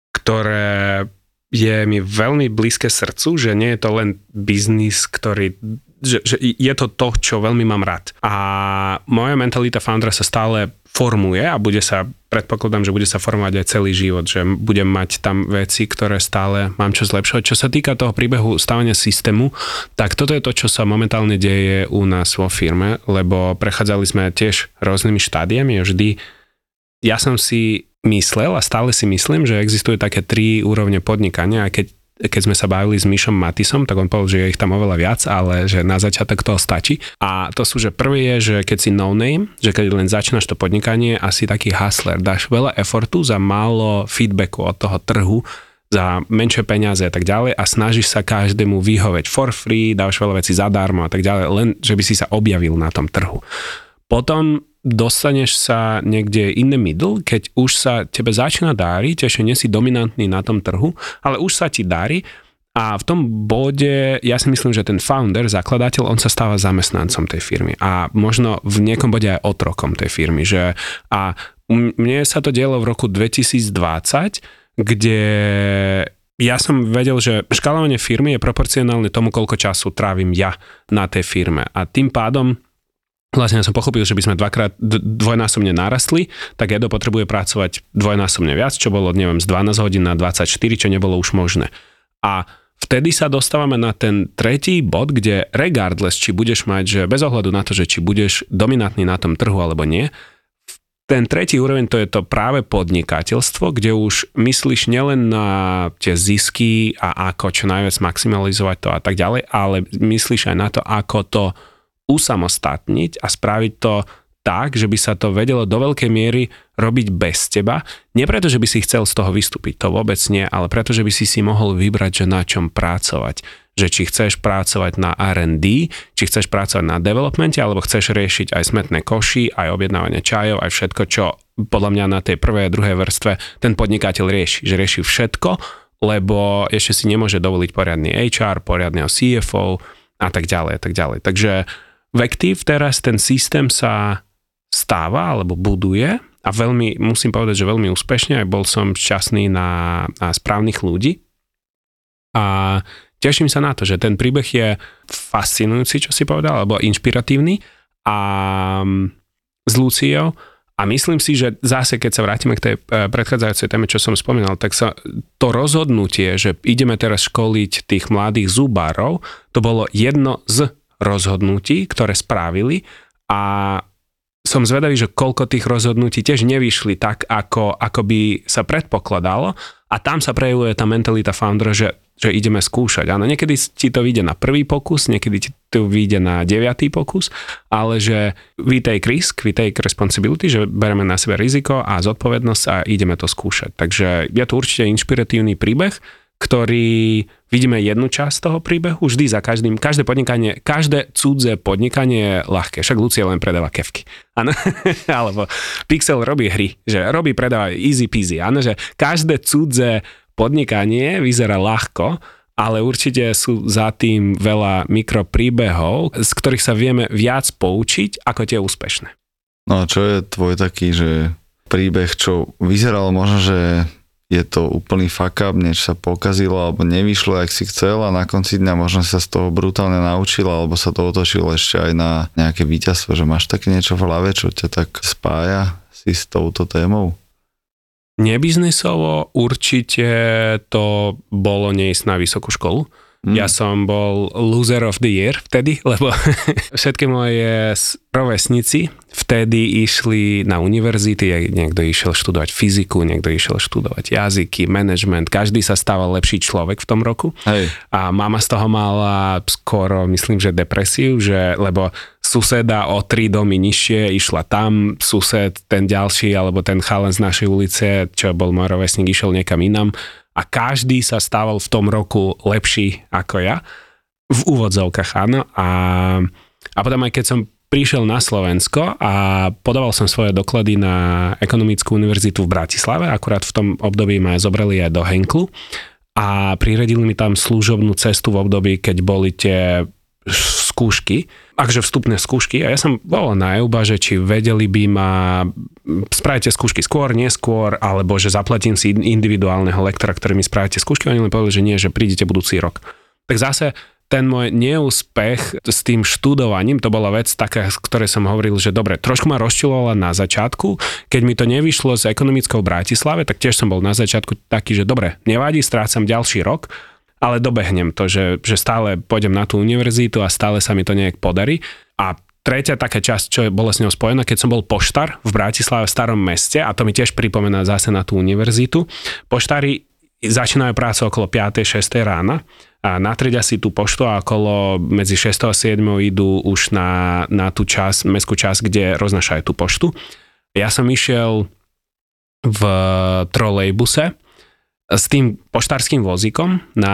ktoré je mi veľmi blízke srdcu, že nie je to len biznis, ktorý, že, že je to to, čo veľmi mám rád. A moja mentalita foundera sa stále formuje a bude sa, predpokladám, že bude sa formovať aj celý život, že budem mať tam veci, ktoré stále mám čo zlepšovať. Čo sa týka toho príbehu stavania systému, tak toto je to, čo sa momentálne deje u nás vo firme, lebo prechádzali sme tiež rôznymi štádiami a vždy ja som si myslel a stále si myslím, že existujú také tri úrovne podnikania, aj keď keď sme sa bavili s Mišom Matisom, tak on povedal, že je ich tam oveľa viac, ale že na začiatok toho stačí. A to sú, že prvý je, že keď si no name, že keď len začínaš to podnikanie, asi taký hustler, dáš veľa effortu za málo feedbacku od toho trhu, za menšie peniaze a tak ďalej a snažíš sa každému vyhovieť for free, dávaš veľa vecí zadarmo a tak ďalej, len že by si sa objavil na tom trhu. Potom dostaneš sa niekde in the middle, keď už sa tebe začína dáriť, ešte nie si dominantný na tom trhu, ale už sa ti dári a v tom bode, ja si myslím, že ten founder, zakladateľ, on sa stáva zamestnancom tej firmy a možno v niekom bode aj otrokom tej firmy, že a mne sa to dielo v roku dvetisícdvadsať, kde ja som vedel, že škálovanie firmy je proporcionálne tomu, koľko času trávim ja na tej firme a tým pádom vlastne ja som pochopil, že by sme dvakrát dvojnásobne narastli, tak Edo potrebuje pracovať dvojnásobne viac, čo bolo, neviem, z dvanásť hodín na dvadsaťštyri, čo nebolo už možné. A vtedy sa dostávame na ten tretí bod, kde regardless, či budeš mať, že bez ohľadu na to, že či budeš dominantný na tom trhu alebo nie, ten tretí úroveň to je to práve podnikateľstvo, kde už myslíš nielen na tie zisky a ako čo najviac maximalizovať to a tak ďalej, ale myslíš aj na to, ako to usamostatniť a spraviť to tak, že by sa to vedelo do veľkej miery robiť bez teba. Nie preto, že by si chcel z toho vystúpiť, to vôbec nie, ale preto, že by si si mohol vybrať, že na čom pracovať. Že či chceš pracovať na er and dé, či chceš pracovať na developmente, alebo chceš riešiť aj smetné koši, aj objednávanie čajov, aj všetko, čo podľa mňa na tej prvej a druhej vrstve ten podnikateľ rieši. Že rieši všetko, lebo ešte si nemôže dovoliť poriadny há er, poriadneho sí ef ó a tak ďalej, a tak ďalej. Takže Vective teraz ten systém sa stáva alebo buduje a veľmi, musím povedať, že veľmi úspešne, aj bol som šťastný na, na správnych ľudí a teším sa na to, že ten príbeh je fascinujúci, čo si povedal, alebo inšpiratívny a s Luciou a myslím si, že zase, keď sa vrátime k tej predchádzajúcej téme, čo som spomínal, tak sa to rozhodnutie, že ideme teraz školiť tých mladých zubárov, to bolo jedno z rozhodnutí, ktoré spravili a som zvedavý, že koľko tých rozhodnutí tiež nevyšli tak, ako, ako by sa predpokladalo a tam sa prejavuje tá mentalita foundera, že, že ideme skúšať. Áno, niekedy ti to vyjde na prvý pokus, niekedy ti to vyjde na deviatý pokus, ale že we take risk, we take responsibility, že bereme na sebe riziko a zodpovednosť a ideme to skúšať. Takže je to určite inšpiratívny príbeh, ktorý vidíme jednu časť toho príbehu, vždy za každým, každé podnikanie, každé cudzie podnikanie je ľahké, však Lucia len predáva kefky, áno, alebo Pixel robí hry, že robí, predáva easy peasy, áno, že každé cudzie podnikanie vyzerá ľahko, ale určite sú za tým veľa mikropríbehov, z ktorých sa vieme viac poučiť, ako tie úspešné. No a čo je tvoj taký, že príbeh, čo vyzeralo možno, že je to úplný fuck up, niečo sa pokazilo alebo nevyšlo, jak si chcel a na konci dňa možno sa z toho brutálne naučil alebo sa to otočilo ešte aj na nejaké víťazstvo, že máš také niečo v hlave, čo ťa tak spája si s touto témou? Nebiznisovo určite to bolo neísť na vysokú školu. Mm. Ja som bol loser of the year vtedy, lebo všetky moje rovesníci vtedy išli na univerzity, niekto išiel študovať fyziku, niekto išiel študovať jazyky, management, každý sa stával lepší človek v tom roku. Hej. A mama z toho mala skoro, myslím, že depresiu, že, lebo suseda o tri domy nižšie išla tam, sused, ten ďalší, alebo ten chalan z našej ulice, čo bol môj rovesník, išiel niekam inam. A každý sa stával v tom roku lepší ako ja. V úvodzovkách, áno. A, a potom aj keď som prišiel na Slovensko a podával som svoje doklady na Ekonomickú univerzitu v Bratislave, akurát v tom období ma zobrali aj do Henklu a priradili mi tam služobnú cestu v období, keď boli tie skúšky, akže vstupné skúšky a ja som bol na EUBA, že či vedeli by ma spraviť tie skúšky skôr, neskôr, alebo že zaplatím si individuálneho lektora, ktorý mi spraví tie skúšky, oni len povedali, že nie, že prídete budúci rok. Tak zase ten môj neúspech s tým študovaním, to bola vec taká, z ktorej som hovoril, že dobre, trošku ma rozčilovala na začiatku, keď mi to nevyšlo s ekonomickou v Bratislave, tak tiež som bol na začiatku taký, že dobre, nevadí, strácam ďalší rok, ale dobehnem to, že, že stále pôjdem na tú univerzitu a stále sa mi to nejak podarí. A tretia taká časť, čo bolo s ňou spojená, keď som bol poštár v Bratislave v starom meste, a to mi tiež pripomína zase na tú univerzitu, poštári začínajú prácu okolo piatej šestej rána a natriedia si tú poštu a okolo medzi šestou a siedmou idú už na, na tú časť, mestskú časť, kde roznašajú tú poštu. Ja som išiel v trolejbuse s tým poštárským vozíkom. Na,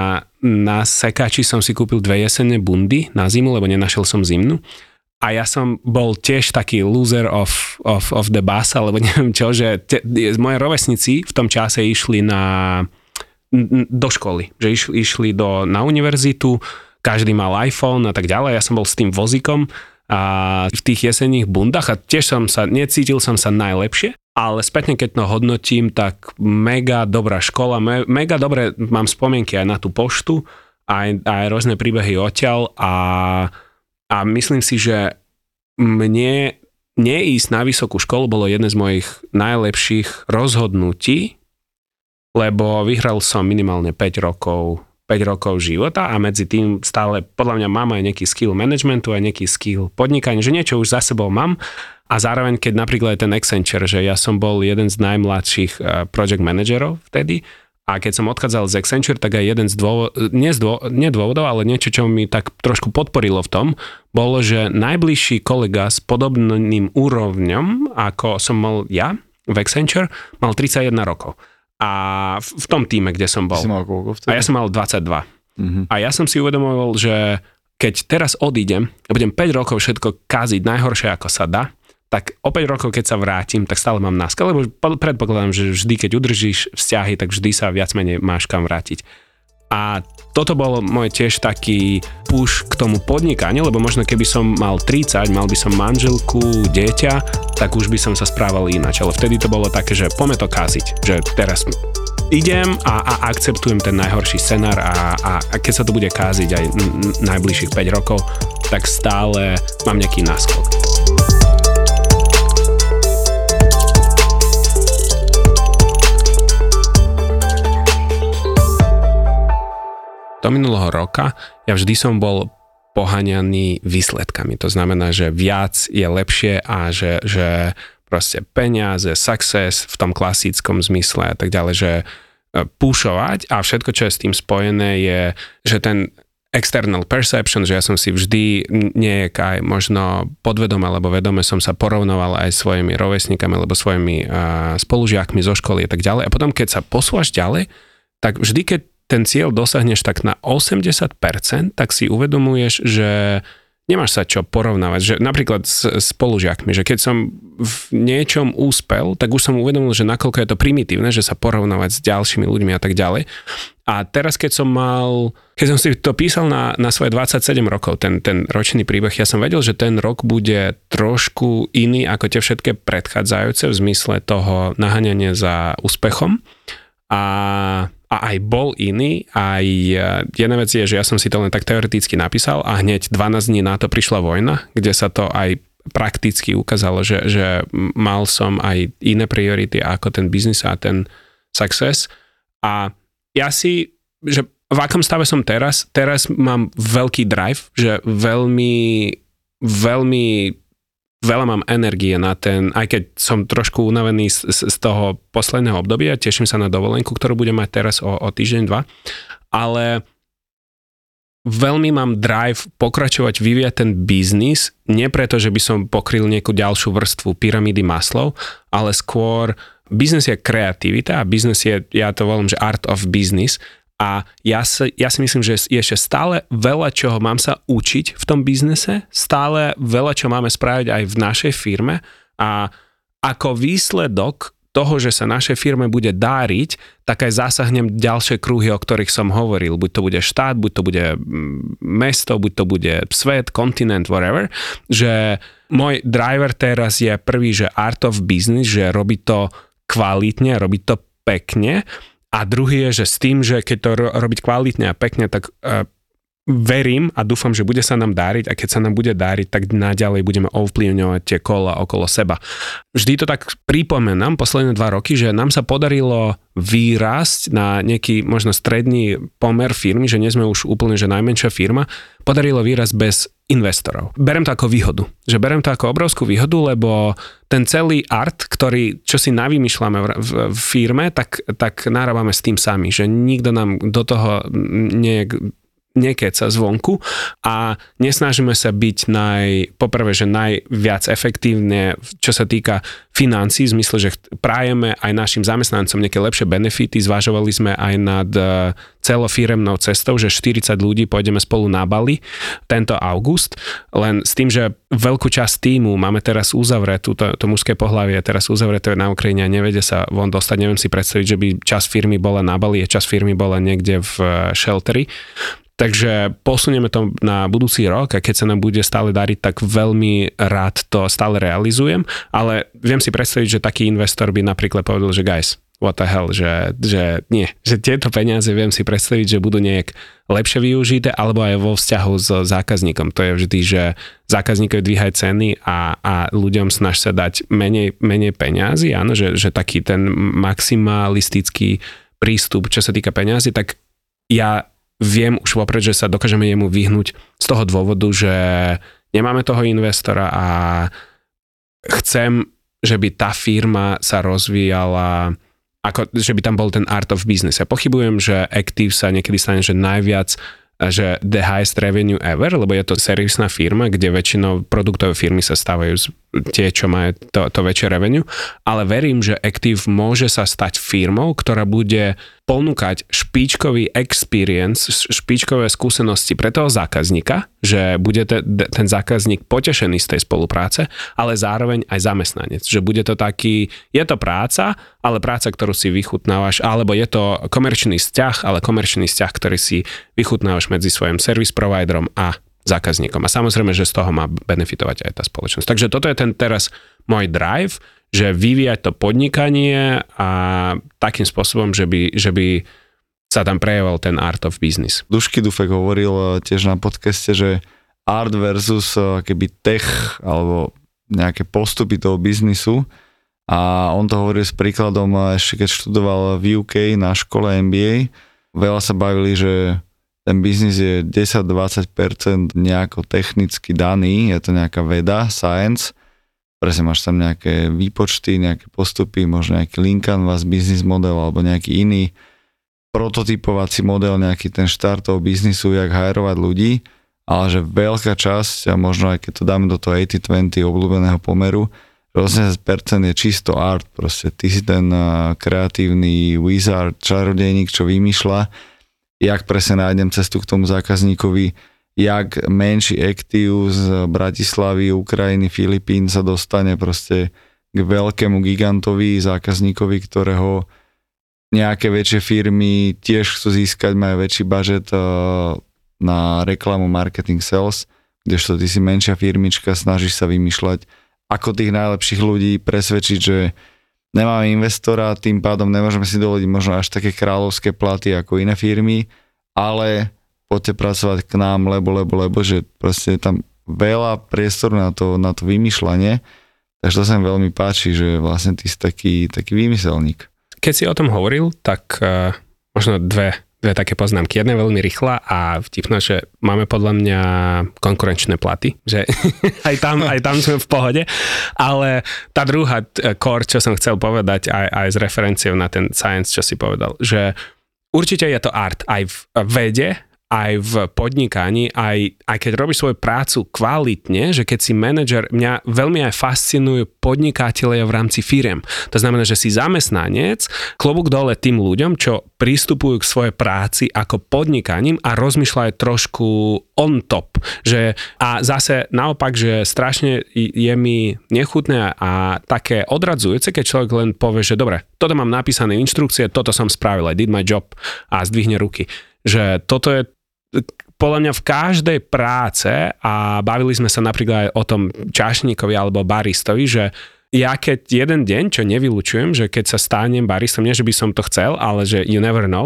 na sekáči som si kúpil dve jesenné bundy na zimu, lebo nenašiel som zimnú. A ja som bol tiež taký loser of, of, of the bus, alebo neviem čo, že te, moje rovesníci v tom čase išli na, do školy, že išli, išli do, na univerzitu, každý mal iPhone a tak ďalej, ja som bol s tým vozíkom a v tých jesenných bundách a tiež som sa, necítil som sa najlepšie, ale spätne keď to hodnotím, tak mega dobrá škola, me, mega dobre mám spomienky aj na tú poštu, aj, aj rôzne príbehy odtiaľ a A myslím si, že mne neísť na vysokú školu bolo jedné z mojich najlepších rozhodnutí, lebo vyhral som minimálne päť rokov, päť rokov života a medzi tým stále podľa mňa mám aj nejaký skill managementu, aj nejaký skill podnikania, že niečo už za sebou mám a zároveň keď napríklad ten Accenture, že ja som bol jeden z najmladších project managerov vtedy. A keď som odchádzal z Accenture, tak aj jeden z dôvodov, nie, z dôvodov, nie dôvodov, ale niečo, čo mi tak trošku podporilo v tom, bolo, že najbližší kolega s podobným úrovňom, ako som mal ja v Accenture, mal tridsaťjeden rokov. A v, v tom týme, kde som bol. Si mal koľko vtedy? A ja som mal dvadsaťdva. Mm-hmm. A ja som si uvedomoval, že keď teraz odídem a budem päť rokov všetko kaziť najhoršie, ako sa dá, tak o päť rokov, keď sa vrátim, tak stále mám náska, lebo predpokladám, že vždy, keď udržíš vzťahy, tak vždy sa viac menej máš kam vrátiť. A toto bolo môj tiež taký push k tomu podnikaniu, lebo možno keby som mal tridsať, mal by som manželku, dieťa, tak už by som sa správal ináč. Ale vtedy to bolo také, že poďme to kaziť, že teraz idem a, a akceptujem ten najhorší scenár a, a, a keď sa to bude káziť aj n- najbližších päť rokov, tak stále mám nejaký náskok. Do minulého roka ja vždy som bol poháňaný výsledkami. To znamená, že viac je lepšie a že, že proste peniaze, success v tom klasickom zmysle a tak ďalej, že pušovať a všetko, čo je s tým spojené je, že ten external perception, že ja som si vždy nejak aj možno podvedome alebo vedome som sa porovnoval aj svojimi rovesníkami alebo svojimi uh, spolužiakmi zo školy a tak ďalej. A potom, keď sa posúvaš ďalej, tak vždy, keď ten cieľ dosiahneš tak na osemdesiat percent, tak si uvedomuješ, že nemáš sa čo porovnávať. Že napríklad s spolužiakmi, že keď som v niečom úspel, tak už som uvedomil, že nakoľko je to primitívne, že sa porovnávať s ďalšími ľuďmi a tak ďalej. A teraz, keď som mal, keď som si to písal na, na svoje dvadsaťsedem rokov, ten, ten ročný príbeh, ja som vedel, že ten rok bude trošku iný ako tie všetké predchádzajúce v zmysle toho naháňania za úspechom. A a aj bol iný, aj jedna vec je, že ja som si to len tak teoreticky napísal a hneď dvanásť dní na to prišla vojna, kde sa to aj prakticky ukázalo, že, že mal som aj iné priority ako ten biznis a ten success a ja si, že v akom stave som teraz, teraz mám veľký drive, že veľmi, veľmi veľa mám energie na ten, aj keď som trošku unavený z, z toho posledného obdobia, teším sa na dovolenku, ktorú budem mať teraz o, o týždeň, dva, ale veľmi mám drive pokračovať, vyvíjať ten biznis, nie preto, že by som pokryl nejakú ďalšiu vrstvu pyramídy Maslow, ale skôr biznis je kreativita a biznis je, ja to volám, že art of business. A ja si, ja si myslím, že je ešte stále veľa, čoho mám sa učiť v tom biznese, stále veľa, čo máme spraviť aj v našej firme a ako výsledok toho, že sa našej firme bude dáriť, tak aj zasahnem ďalšie kruhy, o ktorých som hovoril. Buď to bude štát, buď to bude mesto, buď to bude svet, kontinent, whatever. Že môj driver teraz je prvý, že art of business, že robiť to kvalitne, robiť to pekne. A druhý je, že s tým, že keď to ro- robiť kvalitne a pekne, tak uh, verím a dúfam, že bude sa nám dáriť a keď sa nám bude dáriť, tak naďalej budeme ovplyvňovať tie kola okolo seba. Vždy to tak pripomenám posledné dva roky, že nám sa podarilo výrasť na nejaký možno stredný pomer firmy, že nie sme už úplne že najmenšia firma, podarilo výrasť bez investorov. Berem to ako výhodu. Že berem to ako obrovskú výhodu, lebo ten celý art, ktorý, čo si navymýšľame v, v, v firme, tak, tak narábame s tým sami, že nikto nám do toho nie niekeca zvonku a nesnažíme sa byť naj, poprvé, že najviac efektívne, čo sa týka financií, v zmysle, že prajeme aj našim zamestnancom nejaké lepšie benefity, zvažovali sme aj nad celofiremnou cestou, že štyridsať ľudí pôjdeme spolu na Bali tento august, len s tým, že veľkú časť týmu máme teraz uzavretú, to, to mužské pohlavie je teraz uzavreté na Ukrajine a nevedia sa von dostať, neviem si predstaviť, že by časť firmy bola na Bali a časť firmy bola niekde v shelteri. Takže posunieme to na budúci rok a keď sa nám bude stále dariť, tak veľmi rád to stále realizujem, ale viem si predstaviť, že taký investor by napríklad povedal, že guys, what the hell, že, že nie, že tieto peniaze viem si predstaviť, že budú nejak lepšie využité, alebo aj vo vzťahu s zákazníkom. To je vždy, že zákazníkovi dvíhaj ceny a, a ľuďom snaž sa dať menej, menej peňazí, áno, že, že taký ten maximalistický prístup, čo sa týka peňazí, tak ja viem už vopred, že sa dokážeme jemu vyhnúť z toho dôvodu, že nemáme toho investora a chcem, že by tá firma sa rozvíjala, ako, že by tam bol ten art of business. Ja pochybujem, že Active sa niekedy stane, že najviac, že the highest revenue ever, lebo je to servisná firma, kde väčšinou produktové firmy sa stávajú tie, čo majú to, to väčšie revenue, ale verím, že Active môže sa stať firmou, ktorá bude ponúkať špičkový experience, špičkové skúsenosti pre toho zákazníka, že bude te, ten zákazník potešený z tej spolupráce, ale zároveň aj zamestnanec. Že bude to taký, je to práca, ale práca, ktorú si vychutnávaš, alebo je to komerčný vzťah, ale komerčný vzťah, ktorý si vychutnávaš medzi svojim service providerom a zákazníkom. A samozrejme, že z toho má benefitovať aj tá spoločnosť. Takže toto je ten teraz môj drive, že vyvíjať to podnikanie a takým spôsobom, že by, že by sa tam prejavoval ten art of business. Dušky Dufek hovoril tiež na podcaste, že art versus keby tech alebo nejaké postupy toho biznisu a on to hovoril s príkladom ešte keď študoval v ú ká na škole em bí ej. Veľa sa bavili, že ten biznis je desať až dvadsať percent nejako technicky daný, je to nejaká veda, science. Presne máš tam nejaké výpočty, nejaké postupy, možno nejaký lean canvas, business model alebo nejaký iný prototypovací model, nejaký ten štart toho biznisu, jak hajrovať ľudí, ale že veľká časť, a možno aj keď to dáme do toho osemdesiat dvadsať obľúbeného pomeru, že osemdesiat percent je čisto art, proste ty si ten kreatívny wizard, čarodejník, čo vymýšľa, jak presne nájdem cestu k tomu zákazníkovi, jak menší Active z Bratislavy, Ukrajiny, Filipín sa dostane proste k veľkému gigantovi, zákazníkovi, ktorého nejaké väčšie firmy tiež chcú získať, majú väčší budget na reklamu, marketing, sales, kdežto ty si menšia firmička, snažíš sa vymýšľať, ako tých najlepších ľudí presvedčiť, že nemáme investora, tým pádom nemôžeme si dovoliť možno až také kráľovské platy ako iné firmy, ale poďte pracovať k nám, lebo, lebo, lebo, že proste je tam veľa priestoru na to, na to vymýšľanie, takže to sa mi veľmi páči, že vlastne ty si taký, taký výmyselník. Keď si o tom hovoril, tak uh, možno dve, dve také poznámky. Jedna je veľmi rýchla a vtipná, že máme podľa mňa konkurenčné platy, že aj, tam, aj tam sme v pohode, ale tá druhá core, čo som chcel povedať aj, aj s referenciou na ten science, čo si povedal, že určite je to art aj v vede, aj v podnikaní, aj, aj keď robíš svoju prácu kvalitne, že keď si manažer, mňa veľmi aj fascinujú podnikatelia v rámci firiem. To znamená, že si zamestnanec, klobúk dole tým ľuďom, čo pristupujú k svojej práci ako podnikaním a rozmýšľajú trošku on top. Že, a zase naopak, že strašne je mi nechutné a také odradzujúce, keď človek len povie, že dobre, toto mám napísané inštrukcie, toto som spravil, I did my job a zdvihne ruky. Že toto je podľa mňa v každej práce a bavili sme sa napríklad aj o tom čašníkovi alebo baristovi, že ja keď jeden deň, čo nevylučujem, že keď sa stanem baristom, nie že by som to chcel, ale že you never know,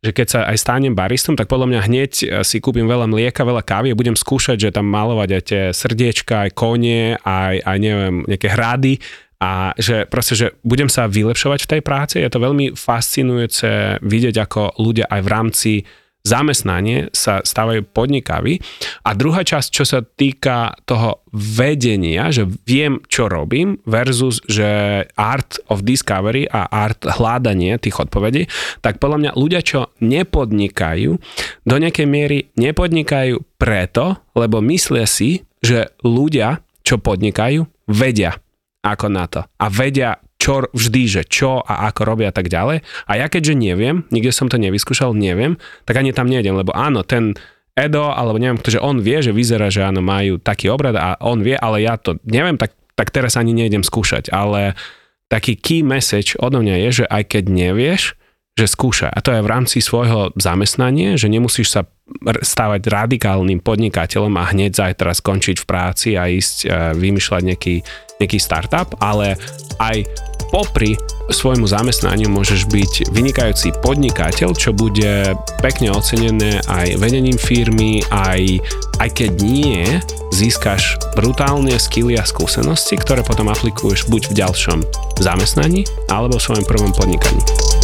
že keď sa aj stánem baristom, tak podľa mňa hneď si kúpim veľa mlieka, veľa kávy a budem skúšať, že tam malovať aj tie srdiečka, aj kone, aj, aj neviem, nejaké hrady a že proste, že budem sa vylepšovať v tej práci. Je to veľmi fascinujúce vidieť, ako ľudia aj v rámci zamestnanie sa stávajú podnikaví. A druhá časť, čo sa týka toho vedenia, že viem, čo robím versus, že art of discovery a art hľadanie tých odpovedí, tak podľa mňa ľudia, čo nepodnikajú, do nejakej miery nepodnikajú preto, lebo myslia si, že ľudia, čo podnikajú, vedia ako na to. A vedia čo vždy, že čo a ako robia a tak ďalej. A ja keďže neviem, nikde som to nevyskúšal, neviem, tak ani tam nejdem, lebo áno, ten Edo, alebo neviem, že on vie, že vyzerá, že áno, majú taký obrad a on vie, ale ja to neviem, tak, tak teraz ani nejdem skúšať. Ale taký key message odo mňa je, že aj keď nevieš, že skúšaj. A to je v rámci svojho zamestnania, že nemusíš sa stávať radikálnym podnikateľom a hneď zajtra skončiť v práci a ísť vymýšľať nejaký, nejaký startup, ale aj popri svojmu zamestnaniu môžeš byť vynikajúci podnikateľ, čo bude pekne ocenené aj vedením firmy, aj, aj keď nie, získaš brutálne skilly a skúsenosti, ktoré potom aplikuješ buď v ďalšom zamestnaní, alebo v svojom prvom podnikaní.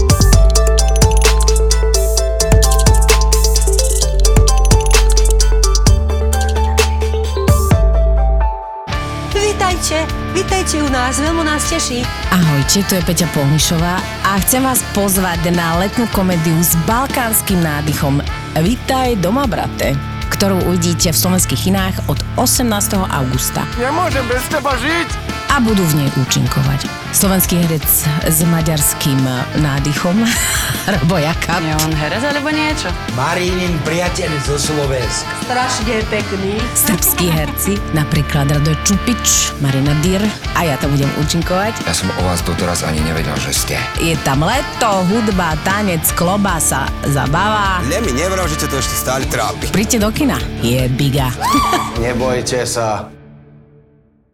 Vítajte, vítajte u nás, veľmi nás teší. Ahojte, tu je Peťa Polnišová a chcem vás pozvať na letnú komédiu s balkánskym nádychom Vítaj doma, brate, ktorú uvidíte v slovenských kinách od osemnásteho augusta. Nemôžem bez teba žiť! A budú v nej účinkovať slovenský herec s maďarským nádychom Robo Jakab. Je on herec alebo niečo? Marínin priateľ zo Slovenska. Strašne pekný. Srbskí herci, napríklad Radoj Čupič, Marina Dyr a ja tam budem účinkovať. Ja som o vás doteraz ani nevedel, že ste. Je tam leto, hudba, tanec, klobása, zabava. Ne mi nevral, že ťa to ešte stále trápi. Príďte do kina, je biga. Nebojte sa.